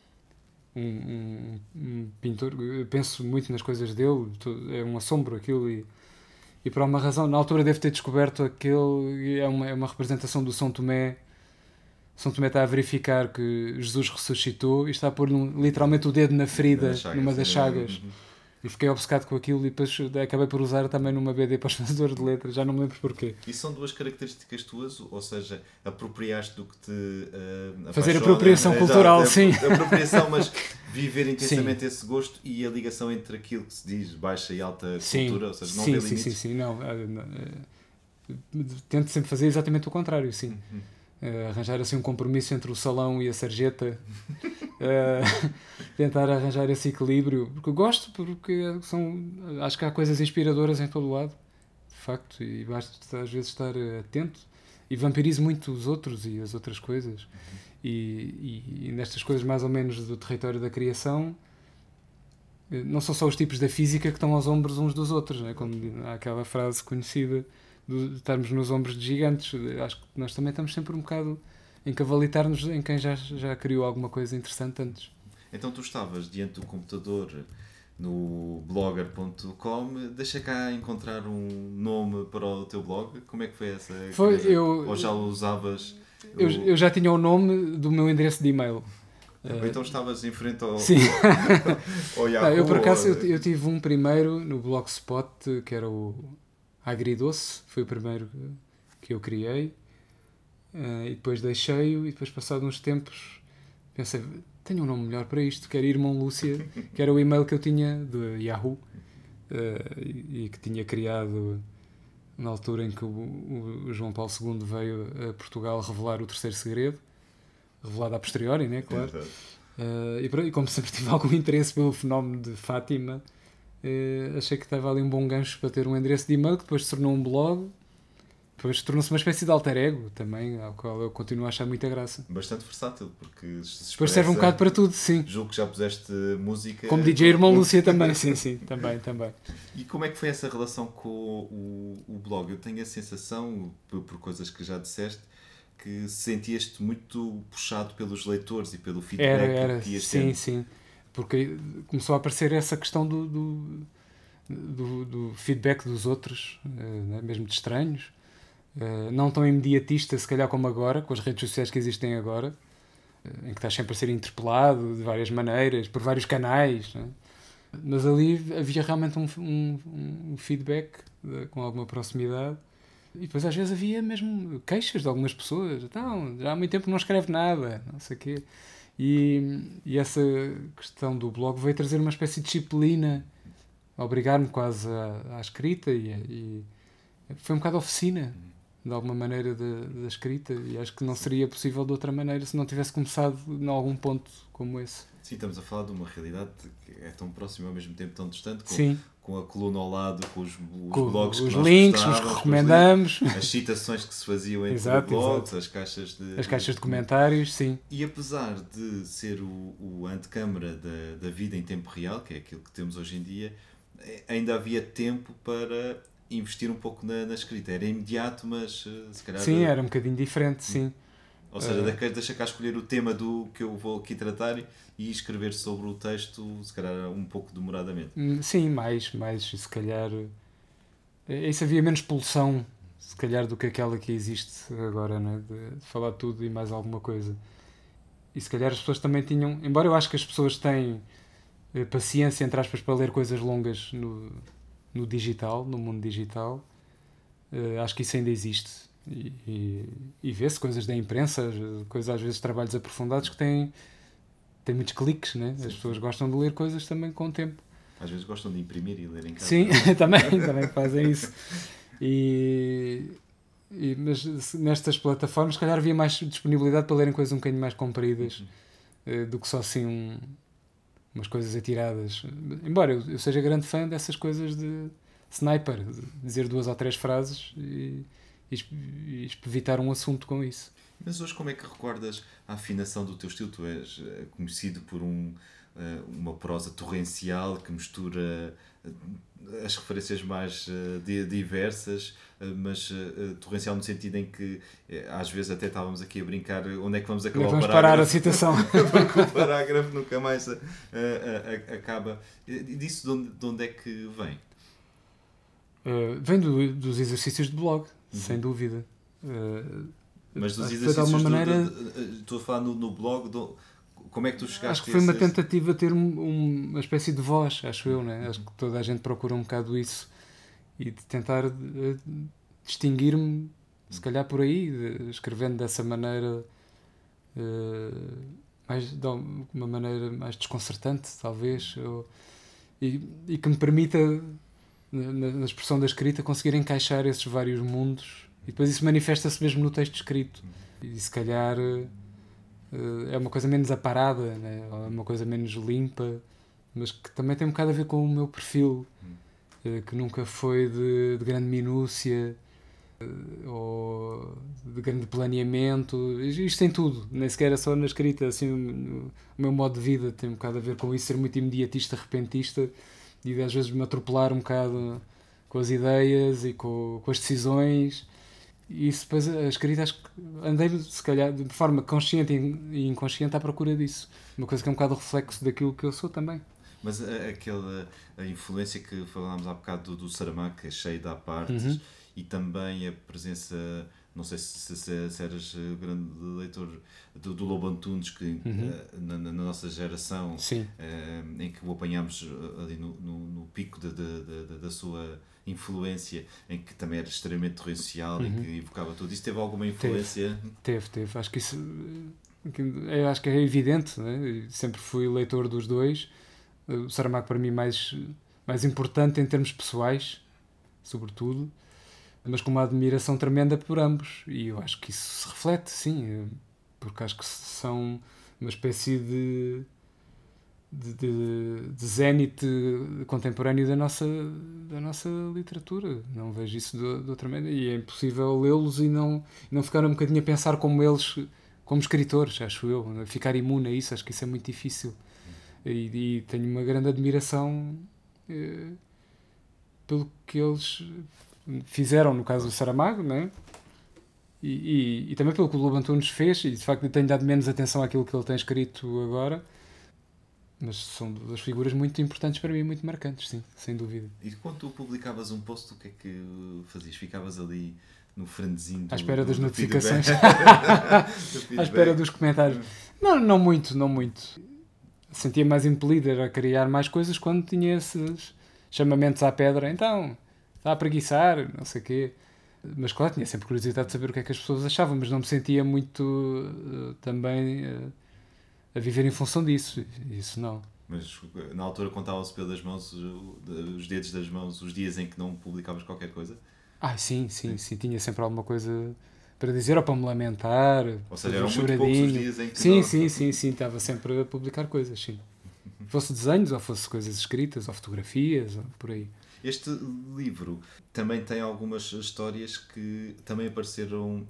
pintor, eu penso muito nas coisas dele, é um assombro aquilo e por alguma razão, na altura devo ter descoberto aquele, é uma representação do São Tomé. São Tomé está a verificar que Jesus ressuscitou e está a pôr literalmente o dedo na ferida, numa das chagas. E fiquei obcecado com aquilo e depois acabei por usar também numa BD para os Fazedores de Letras, já não me lembro porquê. E são duas características tuas, ou seja, apropriaste do que te fazer apropriação cultural, sim. Apropriação, mas viver intensamente esse gosto e a ligação entre aquilo que se diz baixa e alta cultura, ou seja, não vê limites. Sim, não. Tento sempre fazer exatamente o contrário, sim. Arranjar assim um compromisso entre o salão e a sarjeta, tentar arranjar esse equilíbrio, porque eu gosto, porque acho que há coisas inspiradoras em todo o lado, de facto, e basta às vezes estar atento, e vampirizo muito os outros e as outras coisas, e nestas coisas mais ou menos do território da criação, não são só os tipos da física que estão aos ombros uns dos outros, né? Como há aquela frase conhecida de estarmos nos ombros de gigantes. Acho que nós também estamos sempre um bocado a encavalitar-nos em quem já criou alguma coisa interessante antes. Então tu estavas diante do computador no blogger.com, deixa cá encontrar um nome para o teu blog. Como é que foi essa coisa? Ou já o usavas? Eu já tinha o nome do meu endereço de e-mail. Então estavas em frente ao, sim. ao Yahoo? Eu por acaso eu tive um primeiro no Blogspot que era o Agridoce, foi o primeiro que eu criei, e depois deixei-o e depois passado uns tempos pensei, tenho um nome melhor para isto, que era Irmão Lúcia, que era o e-mail que eu tinha do Yahoo, e que tinha criado na altura em que o João Paulo II veio a Portugal revelar o terceiro segredo, revelado a posteriori, né, claro. E como sempre tive algum interesse pelo fenómeno de Fátima, achei que estava ali um bom gancho para ter um endereço de e-mail que depois se tornou um blog, depois tornou-se uma espécie de alter ego também, ao qual eu continuo a achar muita graça. Bastante versátil, porque depois serve um bocado para tudo, sim. Julgo que já puseste música. Como DJ Irmão Lúcia também, sim, também. E como é que foi essa relação com o blog? Eu tenho a sensação, por coisas que já disseste, que sentias-te muito puxado pelos leitores e pelo feedback que ias tendo. Sim. Porque começou a aparecer essa questão do feedback dos outros, né? Mesmo de estranhos, não tão imediatista se calhar como agora, com as redes sociais que existem agora, em que estás sempre a ser interpelado de várias maneiras, por vários canais, né? Mas ali havia realmente um feedback com alguma proximidade. E depois às vezes havia mesmo queixas de algumas pessoas, então, já há muito tempo não escreve nada, não sei o quê. E essa questão do blog veio trazer uma espécie de disciplina, obrigar-me quase à escrita e foi um bocado oficina, de alguma maneira da escrita, e acho que não seria possível de outra maneira se não tivesse começado em algum ponto como esse. Sim, estamos a falar de uma realidade que é tão próxima ao mesmo tempo tão distante, Sim. com a coluna ao lado, com os Com blogs os que nós links, os gostávamos, que recomendamos, as citações que se faziam entre Exato, blogs, exato. as caixas de comentários, sim. E apesar de ser o antecâmara da vida em tempo real, que é aquilo que temos hoje em dia, ainda havia tempo para investir um pouco na escrita. Era imediato, mas se calhar... Sim, era um bocadinho diferente, sim. Ou seja, deixa cá escolher o tema do que eu vou aqui tratar e escrever sobre o texto, se calhar um pouco demoradamente. Sim, mais, se calhar... Isso havia menos pulsão, se calhar, do que aquela que existe agora, né? De falar tudo e mais alguma coisa. E se calhar as pessoas também tinham... Embora eu acho que as pessoas têm paciência, entre aspas, para ler coisas longas no digital, no mundo digital, acho que isso ainda existe. E vê-se coisas da imprensa, coisas às vezes trabalhos aprofundados que têm muitos cliques, né? As pessoas gostam de ler coisas também com o tempo. Às vezes gostam de imprimir e ler em casa. Sim, também fazem isso. Mas nestas plataformas, se calhar havia mais disponibilidade para lerem coisas um bocadinho mais compridas do que só assim umas coisas atiradas. Embora eu seja grande fã dessas coisas de sniper, de dizer 2 ou 3 frases e evitar um assunto com isso. Mas hoje como é que recordas a afinação do teu estilo? Tu és conhecido por uma prosa torrencial que mistura as referências mais diversas, mas torrencial no sentido em que às vezes até estávamos aqui a brincar onde é que vamos acabar o parágrafo. Parar a citação. Porque o parágrafo nunca mais acaba. Disso de onde é que vem? Vem dos exercícios de blog, sem dúvida. Mas dos exercícios de alguma maneira... Estou a falar no blog, como é que tu chegaste? Acho que foi uma tentativa de ter uma espécie de voz, acho eu, né? Acho que toda a gente procura um bocado isso e de tentar distinguir-me, se calhar por aí, escrevendo dessa maneira, de uma maneira mais desconcertante, talvez, e que me permita, na expressão da escrita, conseguir encaixar esses vários mundos. E depois isso manifesta-se mesmo no texto escrito. E se calhar é uma coisa menos aparada, né? É uma coisa menos limpa, mas que também tem um bocado a ver com o meu perfil, que nunca foi de grande minúcia ou de grande planeamento. Isto tem tudo, nem sequer é só na escrita. Assim, o meu modo de vida tem um bocado a ver com isso, ser muito imediatista, repentista, e às vezes me atropelar um bocado com as ideias e com as decisões. E isso depois, a escrita, acho que andei, se calhar, de forma consciente e inconsciente à procura disso. Uma coisa que é um bocado reflexo daquilo que eu sou também. Mas a influência que falámos há bocado do Saramago, que é cheio de apartes, e também a presença, não sei se eras grande leitor do Lobo Antunes, que na nossa geração, em que o apanhámos ali no pico da sua influência, em que também era extremamente torrencial e que evocava tudo. Isso teve alguma influência? Teve. Acho que isso acho que é evidente, né? Sempre fui leitor dos dois. O Saramago para mim mais importante em termos pessoais, sobretudo, mas com uma admiração tremenda por ambos. E eu acho que isso se reflete, sim, porque acho que são uma espécie de zénite contemporâneo da nossa literatura. Não vejo isso de outra maneira, e é impossível lê-los e não ficar um bocadinho a pensar como eles, como escritores, acho eu, ficar imune a isso. Acho que isso é muito difícil, e tenho uma grande admiração pelo que eles fizeram, no caso do Saramago, né? E também pelo que o Lobo Antunes fez, e de facto tenho dado menos atenção àquilo que ele tem escrito agora. Mas são duas figuras muito importantes para mim, muito marcantes, sim, sem dúvida. E quando tu publicavas um post, o que é que fazias? Ficavas ali no frandezinho à espera das notificações, à espera dos comentários. Não muito. Sentia mais impelido a criar mais coisas quando tinha esses chamamentos à pedra. Então, está a preguiçar, não sei o quê. Mas claro, tinha sempre curiosidade de saber o que é que as pessoas achavam, mas não me sentia muito também a viver em função disso. Isso não. Mas na altura contava-se pelas mãos, os dedos das mãos, os dias em que não publicavas qualquer coisa? Sim, tinha sempre alguma coisa para dizer ou para me lamentar. Ou seja, eram muito poucos os dias em que Sim, estava sempre a publicar coisas, sim. Fosse desenhos, ou fosse coisas escritas, ou fotografias, ou por aí. Este livro também tem algumas histórias que também apareceram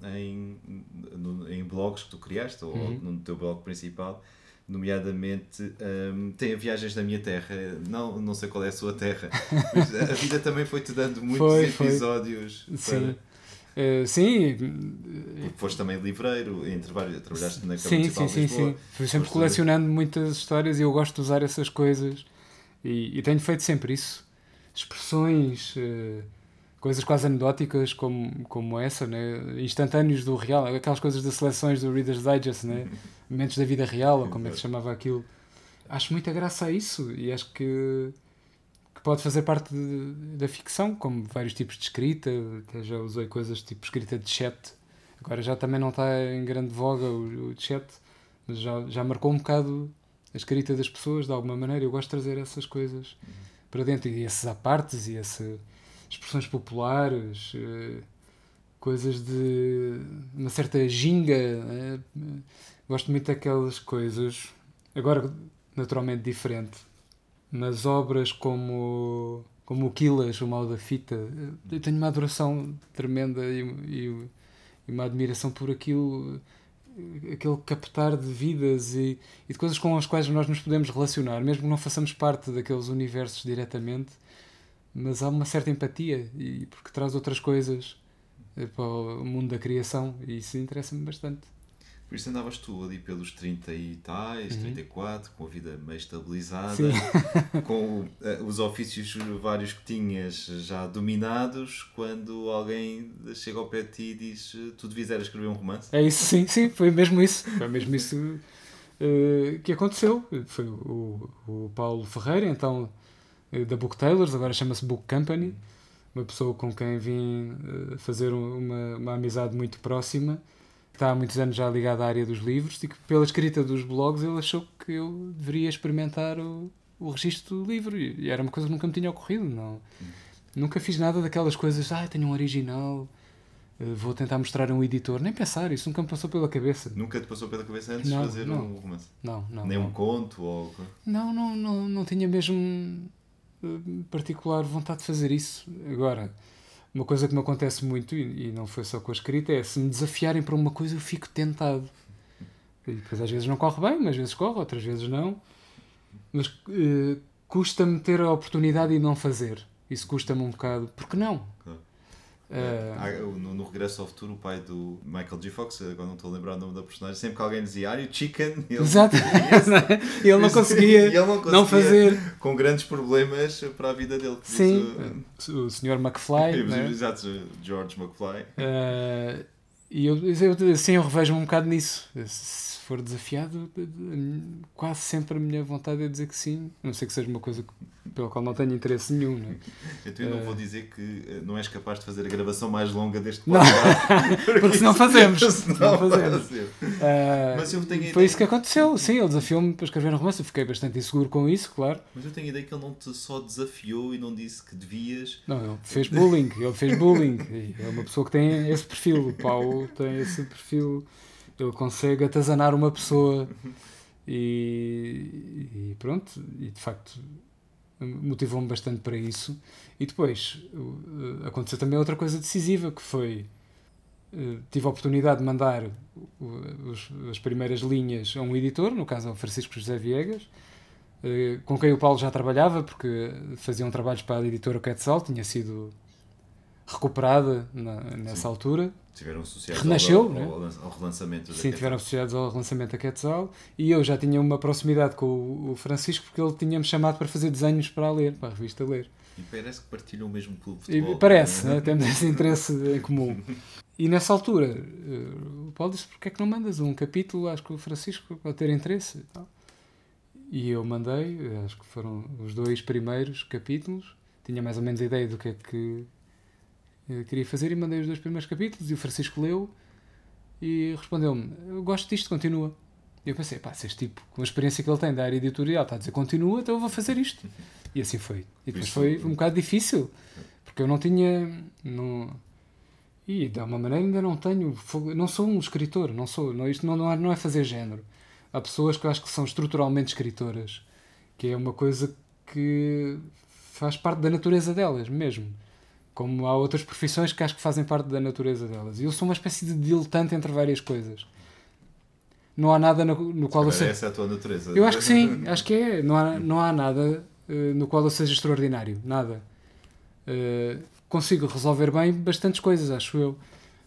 em blogs que tu criaste, ou no teu blog principal, nomeadamente tem a Viagens da Minha Terra. Não sei qual é a sua terra, mas a vida também foi-te dando muitos episódios. Sim. Sim. Porque foste também livreiro, entre vários, trabalhaste na Câmara Municipal de Lisboa. Sim. Fui sempre colecionando muitas histórias e eu gosto de usar essas coisas e tenho feito sempre isso. Expressões, coisas quase anedóticas como essa, né? Instantâneos do real, aquelas coisas das seleções do Reader's Digest, né? Momentos da vida real, ou como é que se chamava aquilo. Acho muita graça a isso e acho que pode fazer parte da ficção, como vários tipos de escrita. Até já usei coisas tipo escrita de chat. Agora já também não está em grande voga o chat, mas já marcou um bocado a escrita das pessoas de alguma maneira. Eu gosto de trazer essas coisas para dentro, e esses apartes e essas expressões populares, coisas de uma certa ginga. Gosto muito daquelas coisas, agora naturalmente diferente, mas obras como o Quilas, o Mal da Fita, eu tenho uma adoração tremenda e uma admiração por aquilo, aquele captar de vidas e de coisas com as quais nós nos podemos relacionar, mesmo que não façamos parte daqueles universos diretamente, mas há uma certa empatia, e porque traz outras coisas para o mundo da criação, e isso interessa-me bastante. Por isso andavas tu ali pelos 30 e tais, 34, com a vida meio estabilizada, com os ofícios vários que tinhas já dominados, quando alguém chega ao pé de ti e diz: tu devias era escrever um romance? É isso, sim, foi mesmo isso que aconteceu. Foi o Paulo Ferreira, então da Booktailers, agora chama-se Book Company, uma pessoa com quem vim fazer uma amizade muito próxima, que está há muitos anos já ligado à área dos livros, e que pela escrita dos blogs ele achou que eu deveria experimentar o registro do livro, e era uma coisa que nunca me tinha ocorrido. Nunca fiz nada daquelas coisas, tenho um original, vou tentar mostrar a um editor, nem pensar, isso nunca me passou pela cabeça. Nunca te passou pela cabeça antes de fazer um romance? Não. Nem um conto? Ou... Não tinha mesmo particular vontade de fazer isso. Agora, uma coisa que me acontece muito, e não foi só com a escrita, é se me desafiarem para uma coisa eu fico tentado. E depois às vezes não corre bem, mas às vezes corre, outras vezes não. Mas custa-me ter a oportunidade e não fazer. Isso custa-me um bocado. Porque não? Claro. No Regresso ao Futuro, o pai do Michael J. Fox, agora não estou a lembrar o nome da personagem, sempre que alguém dizia "Are you chicken?" Exato. Ele não conseguia não fazer, com grandes problemas para a vida dele. Sim, o Sr. McFly, né? Exato, George McFly. E eu revejo-me um bocado nisso. Se for desafiado, quase sempre a minha vontade é dizer que sim, a não ser que seja uma coisa pela qual não tenho interesse nenhum, né? Eu não vou dizer que não és capaz de fazer a gravação mais longa deste podcast. Porque senão fazemos. Mas eu tenho foi isso que aconteceu. Sim, ele desafiou-me para escrever um romance. Eu fiquei bastante inseguro com isso, claro. Mas eu tenho a ideia que ele não te só desafiou e não disse que devias. Não, ele fez bullying. E é uma pessoa que tem esse perfil. O Paulo tem esse perfil. Ele consegue atazanar uma pessoa e pronto. E de facto motivou-me bastante para isso. E depois aconteceu também outra coisa decisiva, que foi tive a oportunidade de mandar as primeiras linhas a um editor, no caso ao Francisco José Viegas, com quem o Paulo já trabalhava, porque faziam trabalhos para a editora Quetzal, tinha sido recuperada nessa altura. Tiveram associados Renasceu, ao relançamento da Sim, tiveram associados ao relançamento da Quetzal, e eu já tinha uma proximidade com o Francisco, porque ele tinha-me chamado para fazer desenhos para a revista Ler. E parece que partilham o mesmo clube de futebol. Parece, né? Temos esse interesse em comum. E nessa altura o Paulo disse: porque é que não mandas um capítulo? Acho que o Francisco vai ter interesse. E eu mandei, acho que foram os 2 primeiros capítulos, tinha mais ou menos a ideia do que é que eu queria fazer, e mandei os 2 primeiros capítulos, e o Francisco leu e respondeu-me: eu gosto disto, continua. E eu pensei: se este tipo, com a experiência que ele tem da área editorial, está a dizer continua, então eu vou fazer isto. E assim foi. E depois foi um bocado difícil, porque eu não tinha E de alguma maneira ainda não tenho. Não sou um escritor, isto não é fazer género. Há pessoas que eu acho que são estruturalmente escritoras, que é uma coisa que faz parte da natureza delas mesmo. Como há outras profissões que acho que fazem parte da natureza delas. E eu sou uma espécie de diletante entre várias coisas. Não há nada no qual eu seja. Essa é a tua natureza. Eu acho que sim, acho que é. Não há nada no qual eu seja extraordinário. Nada. Consigo resolver bem bastantes coisas, acho eu.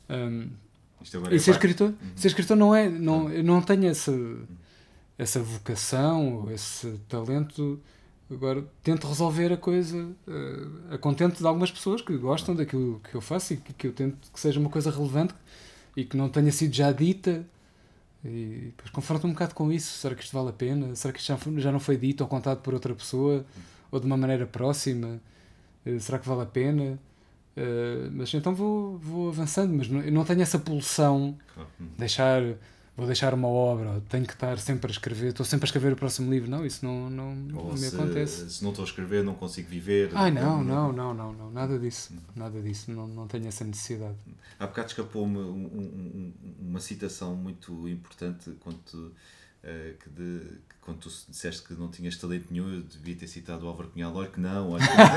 E ser escritor? Ser escritor não é. Eu não tenho essa vocação, esse talento. Agora tento resolver a coisa a contento de algumas pessoas que gostam daquilo que eu faço e que eu tento que seja uma coisa relevante e que não tenha sido já dita. E depois confronto um bocado com isso. Será que isto vale a pena? Será que isto já não foi dito ou contado por outra pessoa? Ou de uma maneira próxima? Será que vale a pena? Mas então vou avançando, mas eu não tenho essa pulsão vou deixar uma obra, tenho que estar sempre a escrever, estou sempre a escrever o próximo livro. Não, isso não me acontece. Se não estou a escrever, não consigo viver. Não, nada disso. Nada disso, não tenho essa necessidade. Há bocado escapou-me uma citação muito importante quando tu disseste que não tinhas talento nenhum. Eu devia ter citado o Álvaro Cunhal. Olha que não.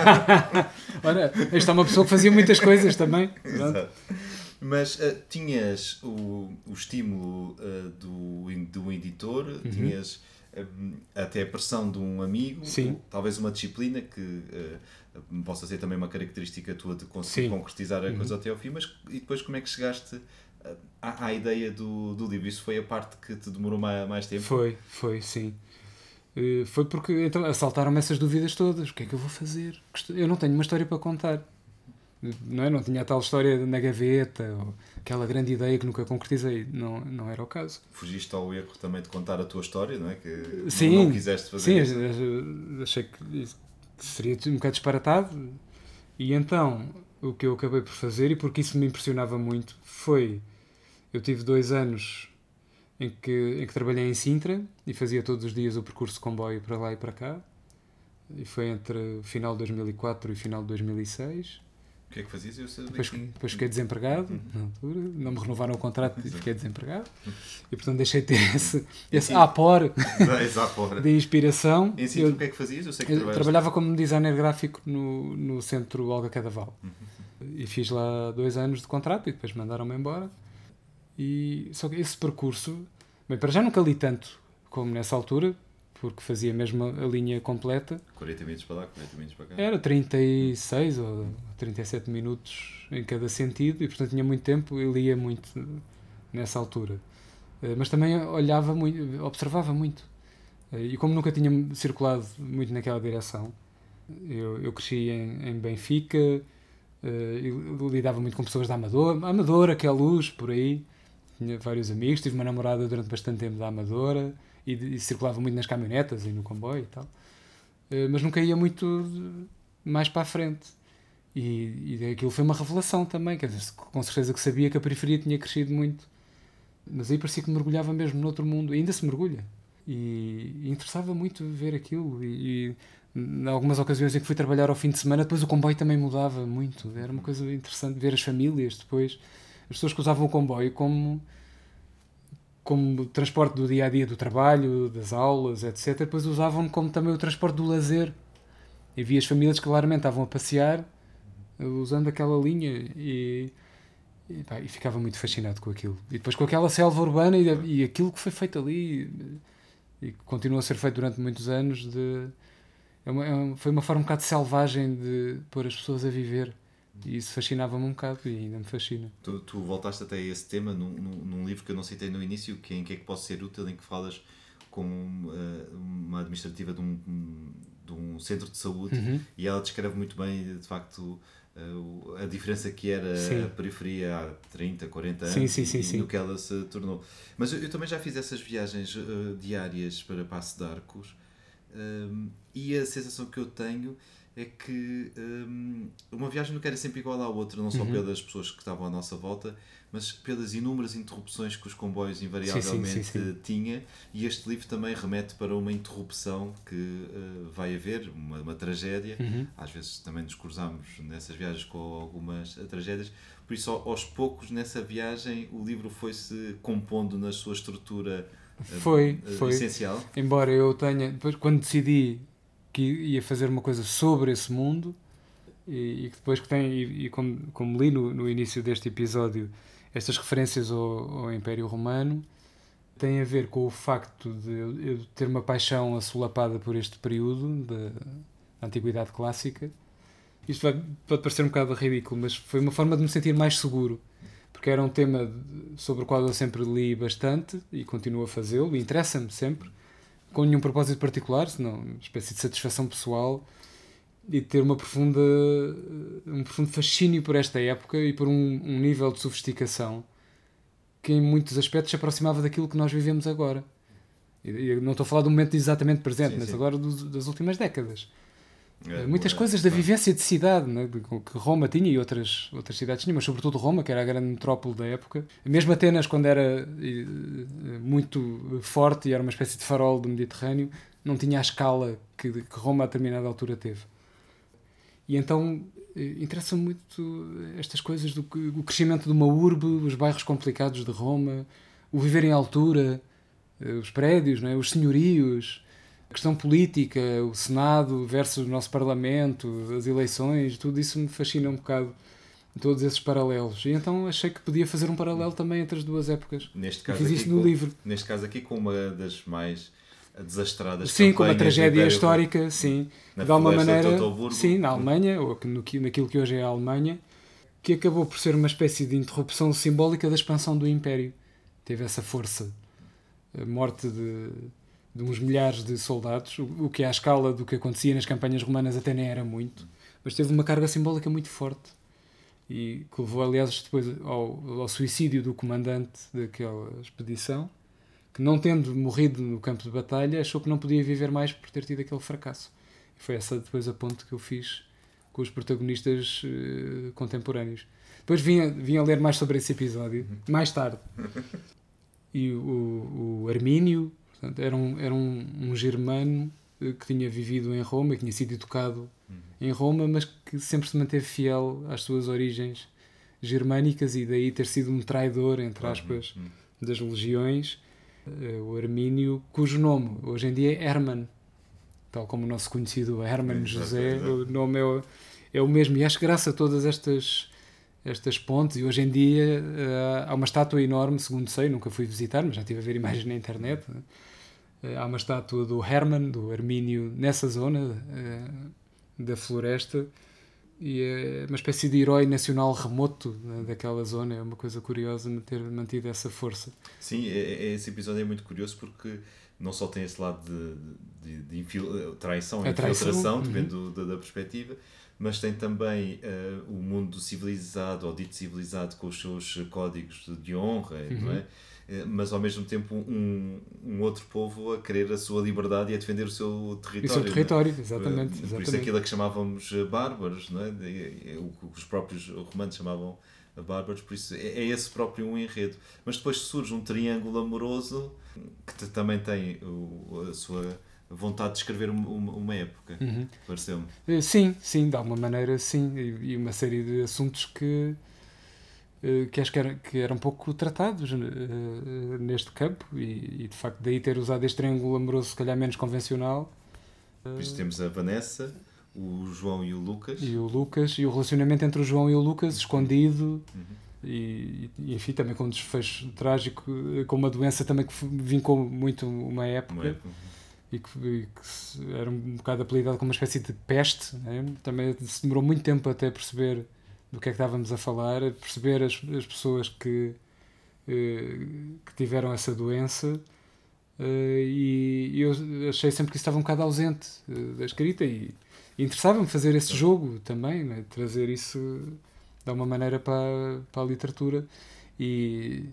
Ora, esta é uma pessoa que fazia muitas coisas também. Exato. Mas tinhas o estímulo do editor, tinhas até a pressão de um amigo, talvez uma disciplina que possa ser também uma característica tua de conseguir concretizar a coisa até ao fim, mas e depois como é que chegaste à ideia do livro? Isso foi a parte que te demorou mais tempo? Foi, sim. Foi porque então assaltaram-me essas dúvidas todas. O que é que eu vou fazer? Eu não tenho uma história para contar. Não tinha a tal história na gaveta ou aquela grande ideia que nunca concretizei. Não era o caso. Fugiste ao erro também de contar a tua história, não é? Que sim, não quiseste fazer isso. Achei que seria um bocado disparatado. E então o que eu acabei por fazer, e porque isso me impressionava muito, foi... Eu tive 2 anos em que trabalhei em Sintra e fazia todos os dias o percurso de comboio para lá e para cá. E foi entre o final de 2004 e o final de 2006. O que é que fazias? Depois fiquei desempregado na altura, não me renovaram o contrato e fiquei desempregado. E portanto deixei de ter esse apor de inspiração. Em Sintra, o que é que fazias? Eu sei que trabalhava como designer gráfico no centro Olga Cadaval. E fiz lá 2 anos de contrato e depois mandaram-me embora. Só que esse percurso, bem, para já nunca li tanto como nessa altura, porque fazia mesmo a linha completa. 40 minutos para lá, 40 minutos para cá. Era 36 ou 37 minutos em cada sentido e portanto tinha muito tempo e lia muito nessa altura. Mas também olhava muito, observava muito. E como nunca tinha circulado muito naquela direção, eu cresci em Benfica, lidava muito com pessoas da Amadora, que é a Luz, por aí. Tinha vários amigos, tive uma namorada durante bastante tempo da Amadora e circulava muito nas caminhonetas e no comboio e tal. Mas nunca ia muito mais para a frente. E aquilo foi uma revelação também, quer dizer, com certeza que sabia que a periferia tinha crescido muito. Mas aí parecia que mergulhava mesmo noutro mundo, e ainda se mergulha. E interessava muito ver aquilo. E em algumas ocasiões em que fui trabalhar ao fim de semana, depois o comboio também mudava muito. Era uma coisa interessante ver as famílias depois. As pessoas que usavam o comboio como transporte do dia-a-dia do trabalho, das aulas, etc. Depois usavam como também o transporte do lazer. E vi as famílias que claramente estavam a passear usando aquela linha e ficava muito fascinado com aquilo. E depois com aquela selva urbana e aquilo que foi feito ali e que continua a ser feito durante muitos anos. Foi uma forma um bocado selvagem de pôr as pessoas a viver. E isso fascinava-me um bocado e ainda me fascina. Tu voltaste até a esse tema num livro que eu não citei no início, que em que é que pode ser útil, em que falas como uma administrativa de um centro de saúde, e ela descreve muito bem, de facto, a diferença que era a periferia há 30, 40 anos e no que ela se tornou. Mas eu também já fiz essas viagens diárias para Paço de Arcos, e a sensação que eu tenho é que uma viagem nunca era sempre igual à outra, não só pelas pessoas que estavam à nossa volta, mas pelas inúmeras interrupções que os comboios invariavelmente tinha, e este livro também remete para uma interrupção que vai haver, uma tragédia. Às vezes também nos cruzamos nessas viagens com algumas tragédias, por isso aos poucos nessa viagem o livro foi-se compondo na sua estrutura Foi. essencial. Embora eu tenha, depois quando decidi que ia fazer uma coisa sobre esse mundo, e que depois que tem, e como li no início deste episódio, estas referências ao Império Romano, tem a ver com o facto de eu ter uma paixão assolapada por este período da Antiguidade Clássica. Isto pode parecer um bocado ridículo, mas foi uma forma de me sentir mais seguro, porque era um tema sobre o qual eu sempre li bastante e continuo a fazê-lo, e interessa-me sempre, com nenhum propósito particular, senão uma espécie de satisfação pessoal, e ter um profundo fascínio por esta época e por um nível de sofisticação que em muitos aspectos se aproximava daquilo que nós vivemos agora. E não estou a falar do momento exatamente presente, mas agora das últimas décadas. Muitas coisas da vivência de cidade, né, que Roma tinha e outras cidades tinham, mas sobretudo Roma, que era a grande metrópole da época. Mesmo Atenas, quando era muito forte e era uma espécie de farol do Mediterrâneo, não tinha a escala que Roma a determinada altura teve. E então interessa-me muito estas coisas o crescimento de uma urbe, os bairros complicados de Roma, o viver em altura, os prédios, né, os senhorios, a questão política, o Senado versus o nosso Parlamento, as eleições, tudo isso me fascina um bocado, todos esses paralelos. E então achei que podia fazer um paralelo também entre as duas épocas. Neste caso, fiz isto no livro. Neste caso aqui com uma das mais desastradas campanhas, com uma tragédia histórica, sim, de alguma maneira, sim, na Alemanha, ou naquilo que hoje é a Alemanha, que acabou por ser uma espécie de interrupção simbólica da expansão do Império. Teve essa força. A morte de uns milhares de soldados, o que à escala do que acontecia nas campanhas romanas até nem era muito, mas teve uma carga simbólica muito forte e que levou, aliás, depois ao suicídio do comandante daquela expedição, que, não tendo morrido no campo de batalha, achou que não podia viver mais por ter tido aquele fracasso. E foi essa depois a ponte que eu fiz com os protagonistas contemporâneos. Depois vim a ler mais sobre esse episódio, mais tarde. E o Hermínio, portanto, era um germano que tinha vivido em Roma, que tinha sido educado em Roma, mas que sempre se manteve fiel às suas origens germânicas e daí ter sido um traidor, entre aspas, das legiões. O Hermínio, cujo nome hoje em dia é Hermann, tal como o nosso conhecido Hermann José, o nome é o mesmo. E acho que graças a todas estas pontes, e hoje em dia há uma estátua enorme, segundo sei, nunca fui visitar, mas já estive a ver imagens na internet. Há uma estátua do Hermann, do Hermínio, nessa zona da floresta, e é uma espécie de herói nacional remoto, né, daquela zona. É uma coisa curiosa ter mantido essa força. Sim, esse episódio é muito curioso porque não só tem esse lado de traição, infiltração, depende da perspectiva, mas tem também o mundo civilizado, ou dito civilizado, com os seus códigos de honra, não é? Mas ao mesmo tempo um outro povo a querer a sua liberdade e a defender o seu território. O seu território, exatamente. Por isso aquilo a que chamávamos bárbaros, não é? O que os próprios romanos chamavam bárbaros, por isso é esse próprio um enredo. Mas depois surge um triângulo amoroso que também tem a sua vontade de escrever uma época, pareceu-me. Sim, de alguma maneira sim, e uma série de assuntos que acho que eram pouco tratados neste campo, e de facto daí ter usado este triângulo amoroso se calhar menos convencional. Por isso temos a Vanessa, o João e o Lucas. E o relacionamento entre o João e o Lucas, escondido, e enfim, também com um desfecho trágico, com uma doença também que vincou muito uma época. E que era um bocado apelidado como uma espécie de peste, né? Também se demorou muito tempo até perceber do que é que estávamos a falar, perceber as pessoas que tiveram essa doença, e eu achei sempre que isso estava um bocado ausente da escrita, e interessava-me fazer esse jogo também, né? Trazer isso de alguma maneira para a literatura, e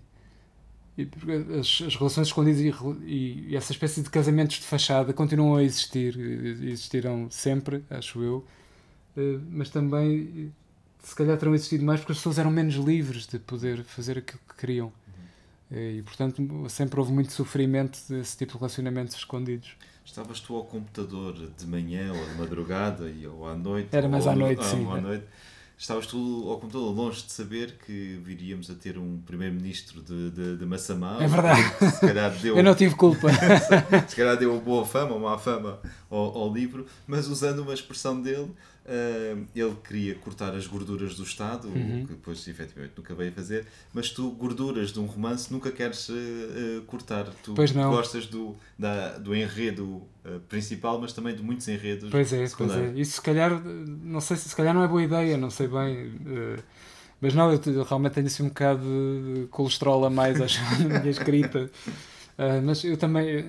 as relações escondidas e essa espécie de casamentos de fachada continuam a existir, existirão sempre, acho eu, mas também se calhar terão existido mais porque as pessoas eram menos livres de poder fazer aquilo que queriam. E portanto sempre houve muito sofrimento desse tipo de relacionamentos escondidos. Estavas tu ao computador de manhã ou de madrugada ou à noite? Era mais à noite, sim. À noite. Estavas tu ao computador longe de saber que viríamos a ter um primeiro-ministro de Massamá. É verdade. Se calhar deu, eu não tive culpa. se calhar deu boa fama ou má fama ao livro, mas usando uma expressão dele, ele queria cortar as gorduras do Estado, o que depois efetivamente nunca veio a fazer, mas tu, gorduras de um romance, nunca queres cortar. Tu gostas do enredo principal, mas também de muitos enredos secundários. Isso se calhar, não sei se calhar não é boa ideia, não sei bem. Mas não, eu realmente tenho assim um bocado de colesterol a mais, acho, na minha escrita. Mas eu também...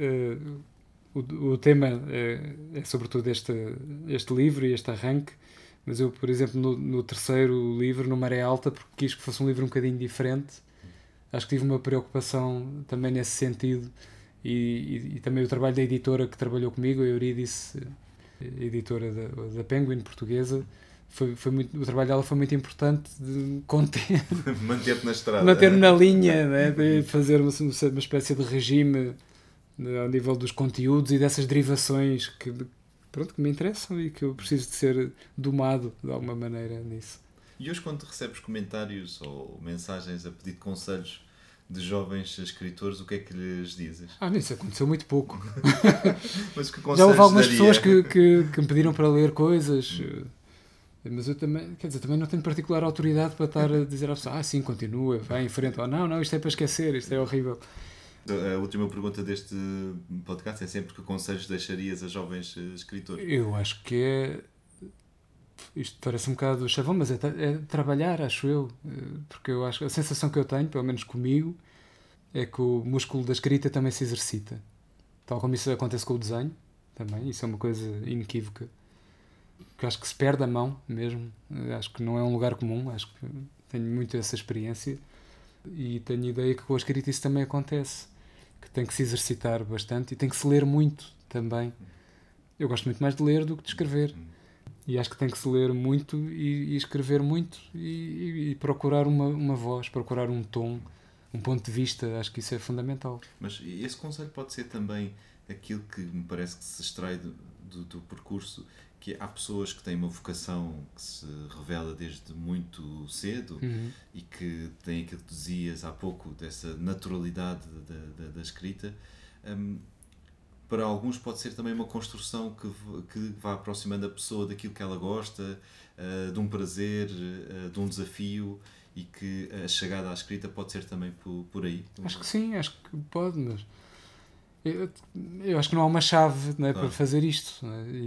O tema é sobretudo este livro e este arranque, mas eu, por exemplo, no terceiro livro, no Maré Alta, porque quis que fosse um livro um bocadinho diferente, acho que tive uma preocupação também nesse sentido, e também o trabalho da editora que trabalhou comigo, a Eurídice, editora da Penguin portuguesa, o trabalho dela foi muito importante de conter, manter-te na estrada, manter-me na linha, né, de fazer uma espécie de regime ao nível dos conteúdos e dessas derivações que me interessam e que eu preciso de ser domado de alguma maneira nisso. E hoje, quando recebes comentários ou mensagens a pedir conselhos de jovens escritores, o que é que lhes dizes? Isso aconteceu muito pouco. Mas que conselhos já houve algumas daria? pessoas que me pediram para ler coisas, mas eu também, também não tenho particular autoridade para estar a dizer à pessoa, sim, continua, vai em frente, ou não, isto é para esquecer, isto é horrível. A última pergunta deste podcast é sempre: que conselhos deixarias a jovens escritores? Eu acho que isto parece um bocado chavão, mas é trabalhar, acho eu, porque eu acho que a sensação que eu tenho, pelo menos comigo, é que o músculo da escrita também se exercita, tal como isso acontece com o desenho também. Isso é uma coisa inequívoca, que acho que se perde a mão mesmo, acho que não é um lugar comum, acho que tenho muito essa experiência e tenho a ideia que com a escrita isso também acontece, que tem que se exercitar bastante e tem que se ler muito também. Eu gosto muito mais de ler do que de escrever, e acho que tem que se ler muito e escrever muito e procurar uma voz, procurar um tom, um ponto de vista. Acho que isso é fundamental. Mas esse conselho pode ser também aquilo que me parece que se extrai do percurso, que há pessoas que têm uma vocação que se revela desde muito cedo e que têm aquilo que dizias há pouco, dessa naturalidade da escrita. Para alguns pode ser também uma construção que vá aproximando a pessoa daquilo que ela gosta, de um prazer, de um desafio, e que a chegada à escrita pode ser também por aí. Acho que sim, acho que pode, mas eu acho que não há uma chave, não é, para fazer isto, não é?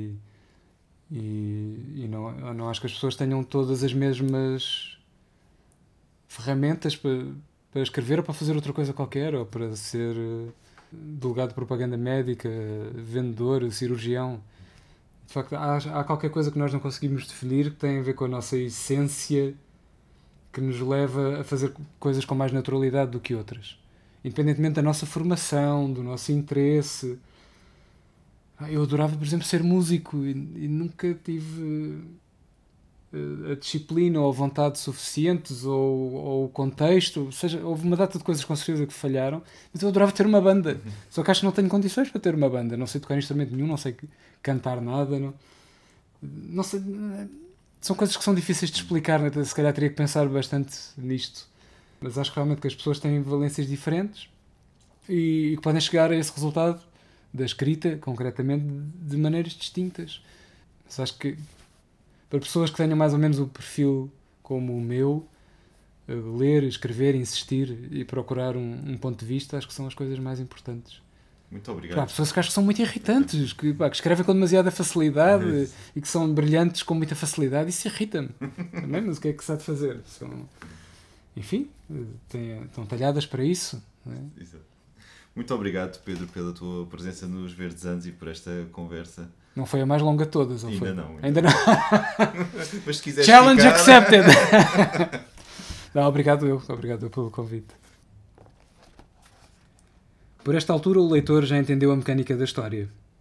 E não acho que as pessoas tenham todas as mesmas ferramentas para escrever ou para fazer outra coisa qualquer, ou para ser delegado de propaganda médica, vendedor, cirurgião. De facto, há qualquer coisa que nós não conseguimos definir que tem a ver com a nossa essência, que nos leva a fazer coisas com mais naturalidade do que outras, independentemente da nossa formação, do nosso interesse. Eu adorava, por exemplo, ser músico e nunca tive a disciplina ou a vontade suficientes ou o contexto, ou seja, houve uma data de coisas com certeza que falharam, mas eu adorava ter uma banda, só que acho que não tenho condições para ter uma banda, não sei tocar instrumento nenhum, não sei cantar nada, não sei, são coisas que são difíceis de explicar, né? Se calhar teria que pensar bastante nisto, mas acho realmente que as pessoas têm valências diferentes e que podem chegar a esse resultado da escrita, concretamente, de maneiras distintas. Mas acho que para pessoas que tenham mais ou menos o perfil como o meu, ler, escrever, insistir e procurar um ponto de vista, acho que são as coisas mais importantes. Muito obrigado. Há pessoas que acho que são muito irritantes, que escrevem com demasiada facilidade e que são brilhantes com muita facilidade. Isso irrita-me. Também, mas o que é que se há de fazer? Enfim, estão talhadas para isso. Não é? Exato. Muito obrigado, Pedro, pela tua presença nos Verdes Anos e por esta conversa. Não foi a mais longa de todas, ou ainda foi? Não. Ainda não. Mas se quiseres Challenge ficar... accepted! Não, obrigado eu pelo convite. Por esta altura o leitor já entendeu a mecânica da história.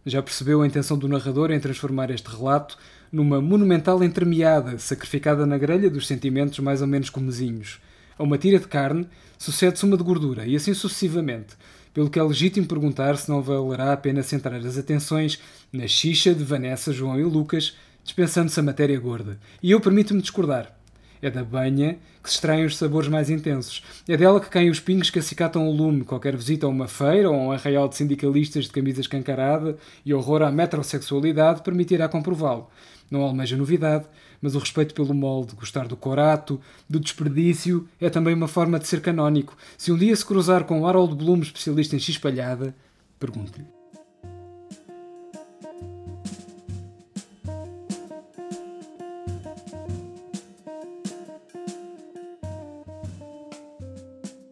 Já percebeu a intenção do narrador em transformar este relato numa monumental entremeada, sacrificada na grelha dos sentimentos mais ou menos comezinhos. A uma tira de carne sucede-se uma de gordura, e assim sucessivamente, pelo que é legítimo perguntar se não valerá a pena centrar as atenções na xixa de Vanessa, João e Lucas, dispensando-se a matéria gorda. E eu permito-me discordar. É da banha que se extraem os sabores mais intensos. É dela que caem os pingos que acicatam o lume. Qualquer visita a uma feira ou a um arraial de sindicalistas de camisa escancarada e horror à metrosexualidade permitirá comprová-lo. Não almeja novidade, mas o respeito pelo molde, gostar do corato, do desperdício, é também uma forma de ser canónico. Se um dia se cruzar com Harold Bloom, especialista em X-palhada, pergunte-lhe.